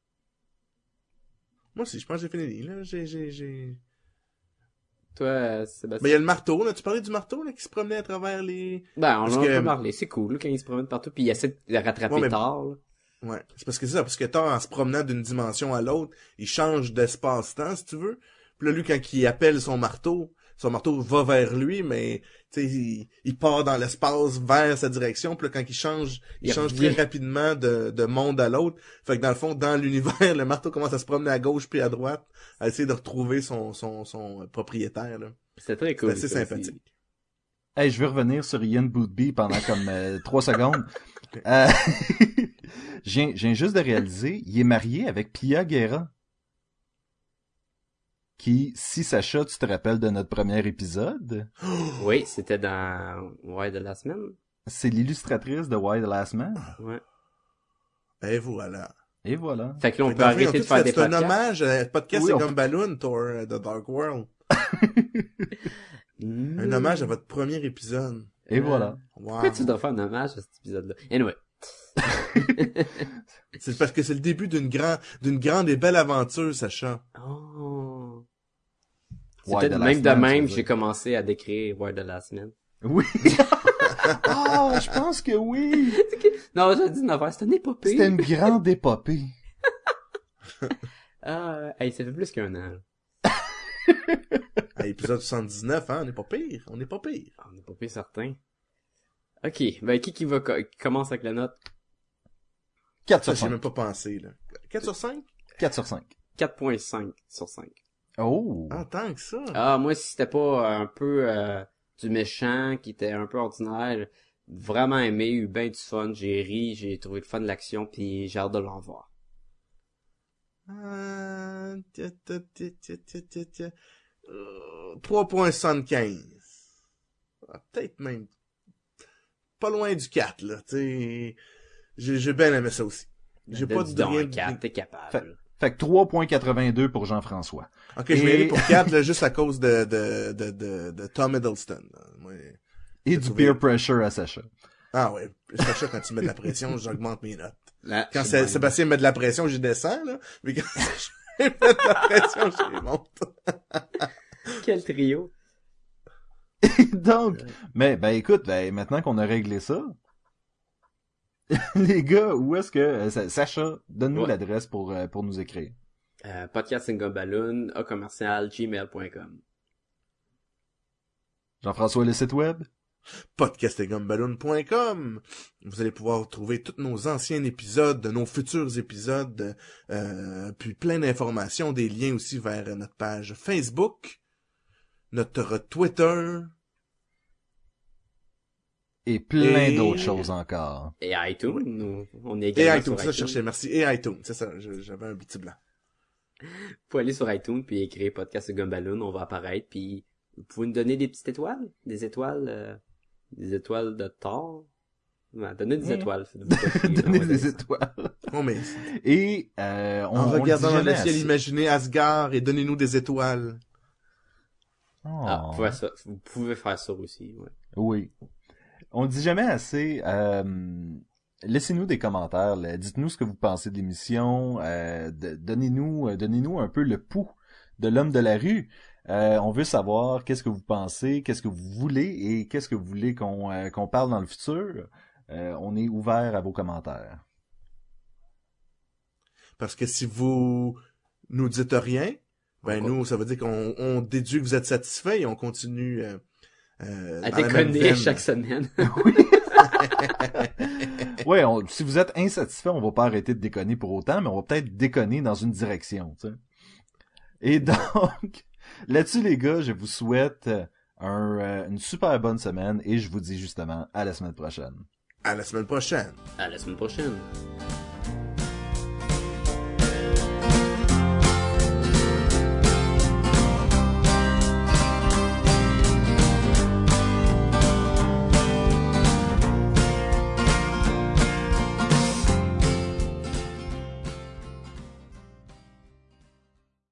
Moi aussi, je pense que j'ai fini, là. J'ai, j'ai, j'ai... Toi, euh, Ben, il Sébastien? y a le marteau, là. Tu parlais du marteau, là, qui se promenait à travers les... Ben, on parce en a que- pas parlé. C'est cool, là, quand il se promène partout, puis il essaie de rattraper Ouais, mais- tard, là. Ouais. C'est parce que c'est ça, parce que Thor, en se promenant d'une dimension à l'autre, il change d'espace-temps, si tu veux. Puis là, lui, quand il appelle son marteau, son marteau va vers lui, mais, tu sais, il, il part dans l'espace vers sa direction. Puis là, quand il change, il, Il change revient. très rapidement de, de monde à l'autre. Fait que dans le fond, dans l'univers, le marteau commence à se promener à gauche puis à droite, à essayer de retrouver son, son, son propriétaire, là. C'était très cool. C'est assez ça, sympathique. Hey, je veux revenir sur Ian Bootby pendant comme euh, trois secondes. Euh, je viens- je viens juste de réaliser, il est marié avec Pia Guerra. Qui, si Sacha, tu te rappelles de notre premier épisode, Oui, c'était dans Ouais de la semaine. c'est l'illustratrice de Why the Last Man. Ouais. Et voilà. Et voilà. Fait que là, on Fait que peut dans le fond, ils ont arrêter de tout faire fait- des C'est un podcasts. hommage à podcast Oui, et on comme Balloon, Thor, euh, The Dark World. Mmh. Un hommage à votre premier épisode. Et voilà. Wow. Pourquoi tu dois faire un hommage à cet épisode-là? Anyway. C'est parce que c'est le début d'une grande, d'une grande et belle aventure, Sacha. Oh. C'est Why peut-être the même Last de Man, même tu que veux j'ai dire. commencé à décrire Why the Last Man. Oui. Ah, je pense que oui. Non, j'ai dit une affaire, c'était une épopée. C'était une grande épopée. Ah, hey, ça fait plus qu'un an. là. À épisode soixante-dix-neuf, hein, on n'est pas pire, on n'est pas pire. Ah, on n'est pas plus certain. Ok, ben qui qui va co- qui commence avec la note? quatre Ça, sur j'y ai cinq. même pas pensé, là. quatre sur cinq? quatre sur cinq. quatre virgule cinq sur cinq. Oh. Ah, tant que ça. Ah, moi, si c'était pas euh, un peu euh, du méchant, qui était un peu ordinaire, vraiment aimé, eu ben du fun, j'ai ri, j'ai trouvé le fun de l'action, puis j'ai hâte de l'en voir. Euh, tia, tia, tia, tia, tia, tia, tia. Euh, trois virgule soixante-quinze. Ah, peut-être même pas loin du quatre, là, tu sais. J'ai, j'ai bien aimé ça aussi. J'ai Ben, pas dis de donc, rien... quatre, t'es capable. Fait, fait que trois virgule quatre-vingt-deux pour Jean-François. Ok, je vais y Et- aller pour quatre, là, juste à cause de, de, de, de, de Tom Hiddleston. là. Moi... Et J'ai du trouvé- peer pressure à Sacha. Ah ouais, Sacha, quand tu mets de la pression, j'augmente mes notes. Là, Quand c'est c'est- bon. Sébastien met de la pression, j'y descends, là. Mais quand Sacha met de la pression, j'y monte. Quel trio. Donc, mais ben écoute, ben, maintenant qu'on a réglé ça, les gars, où est-ce que euh, Sa- Sacha, donne-nous Ouais. l'adresse pour euh, pour nous écrire. Euh, podcast Single Balloon, a commercial, gmail point com. Jean-François, le site web. podcast et gumballoon point com. Vous allez pouvoir trouver tous nos anciens épisodes, de nos futurs épisodes, euh, puis plein d'informations, des liens aussi vers notre page Facebook, notre Twitter, Et plein Et- d'autres choses encore. Et iTunes, nous, on est et également iTunes. sur Ça, je iTunes. cherchais, merci. Et iTunes, c'est ça, je- j'avais un petit blanc. Vous pouvez aller sur iTunes puis écrire podcast Gumballoon, on va apparaître, puis vous pouvez nous donner des petites étoiles, des étoiles, euh, des étoiles de Thor. Ouais, donnez des Mmh. étoiles. faites-vous pas chier, Donnez on va des dire. étoiles. Oh, mais, Et euh, on, en on le regardant dit dans le jamais ciel, assez. imaginez Asgard et donnez-nous des étoiles. Oh. Ah, vous pouvez, ça, vous pouvez faire ça aussi, ouais. Oui. On dit jamais assez. Euh, laissez-nous des commentaires. Là. Dites-nous ce que vous pensez de l'émission. Euh, de- donnez-nous, euh, donnez-nous un peu le pouls de l'homme de la rue. Euh, on veut savoir qu'est-ce que vous pensez, qu'est-ce que vous voulez et qu'est-ce que vous voulez qu'on euh, qu'on parle dans le futur. Euh, on est ouvert à vos commentaires. Parce que si vous nous dites rien, Ben Pourquoi? nous, ça veut dire qu'on on déduit que vous êtes satisfait et on continue euh, euh, À dans la même déconner veine. chaque semaine. Ouais, on- si vous êtes insatisfait, on va pas arrêter de déconner pour autant, mais on va peut-être déconner dans une direction, tu sais. Et donc, là-dessus les gars, je vous souhaite un, euh, une super bonne semaine et je vous dis justement à la semaine prochaine. À la semaine prochaine. À la semaine prochaine.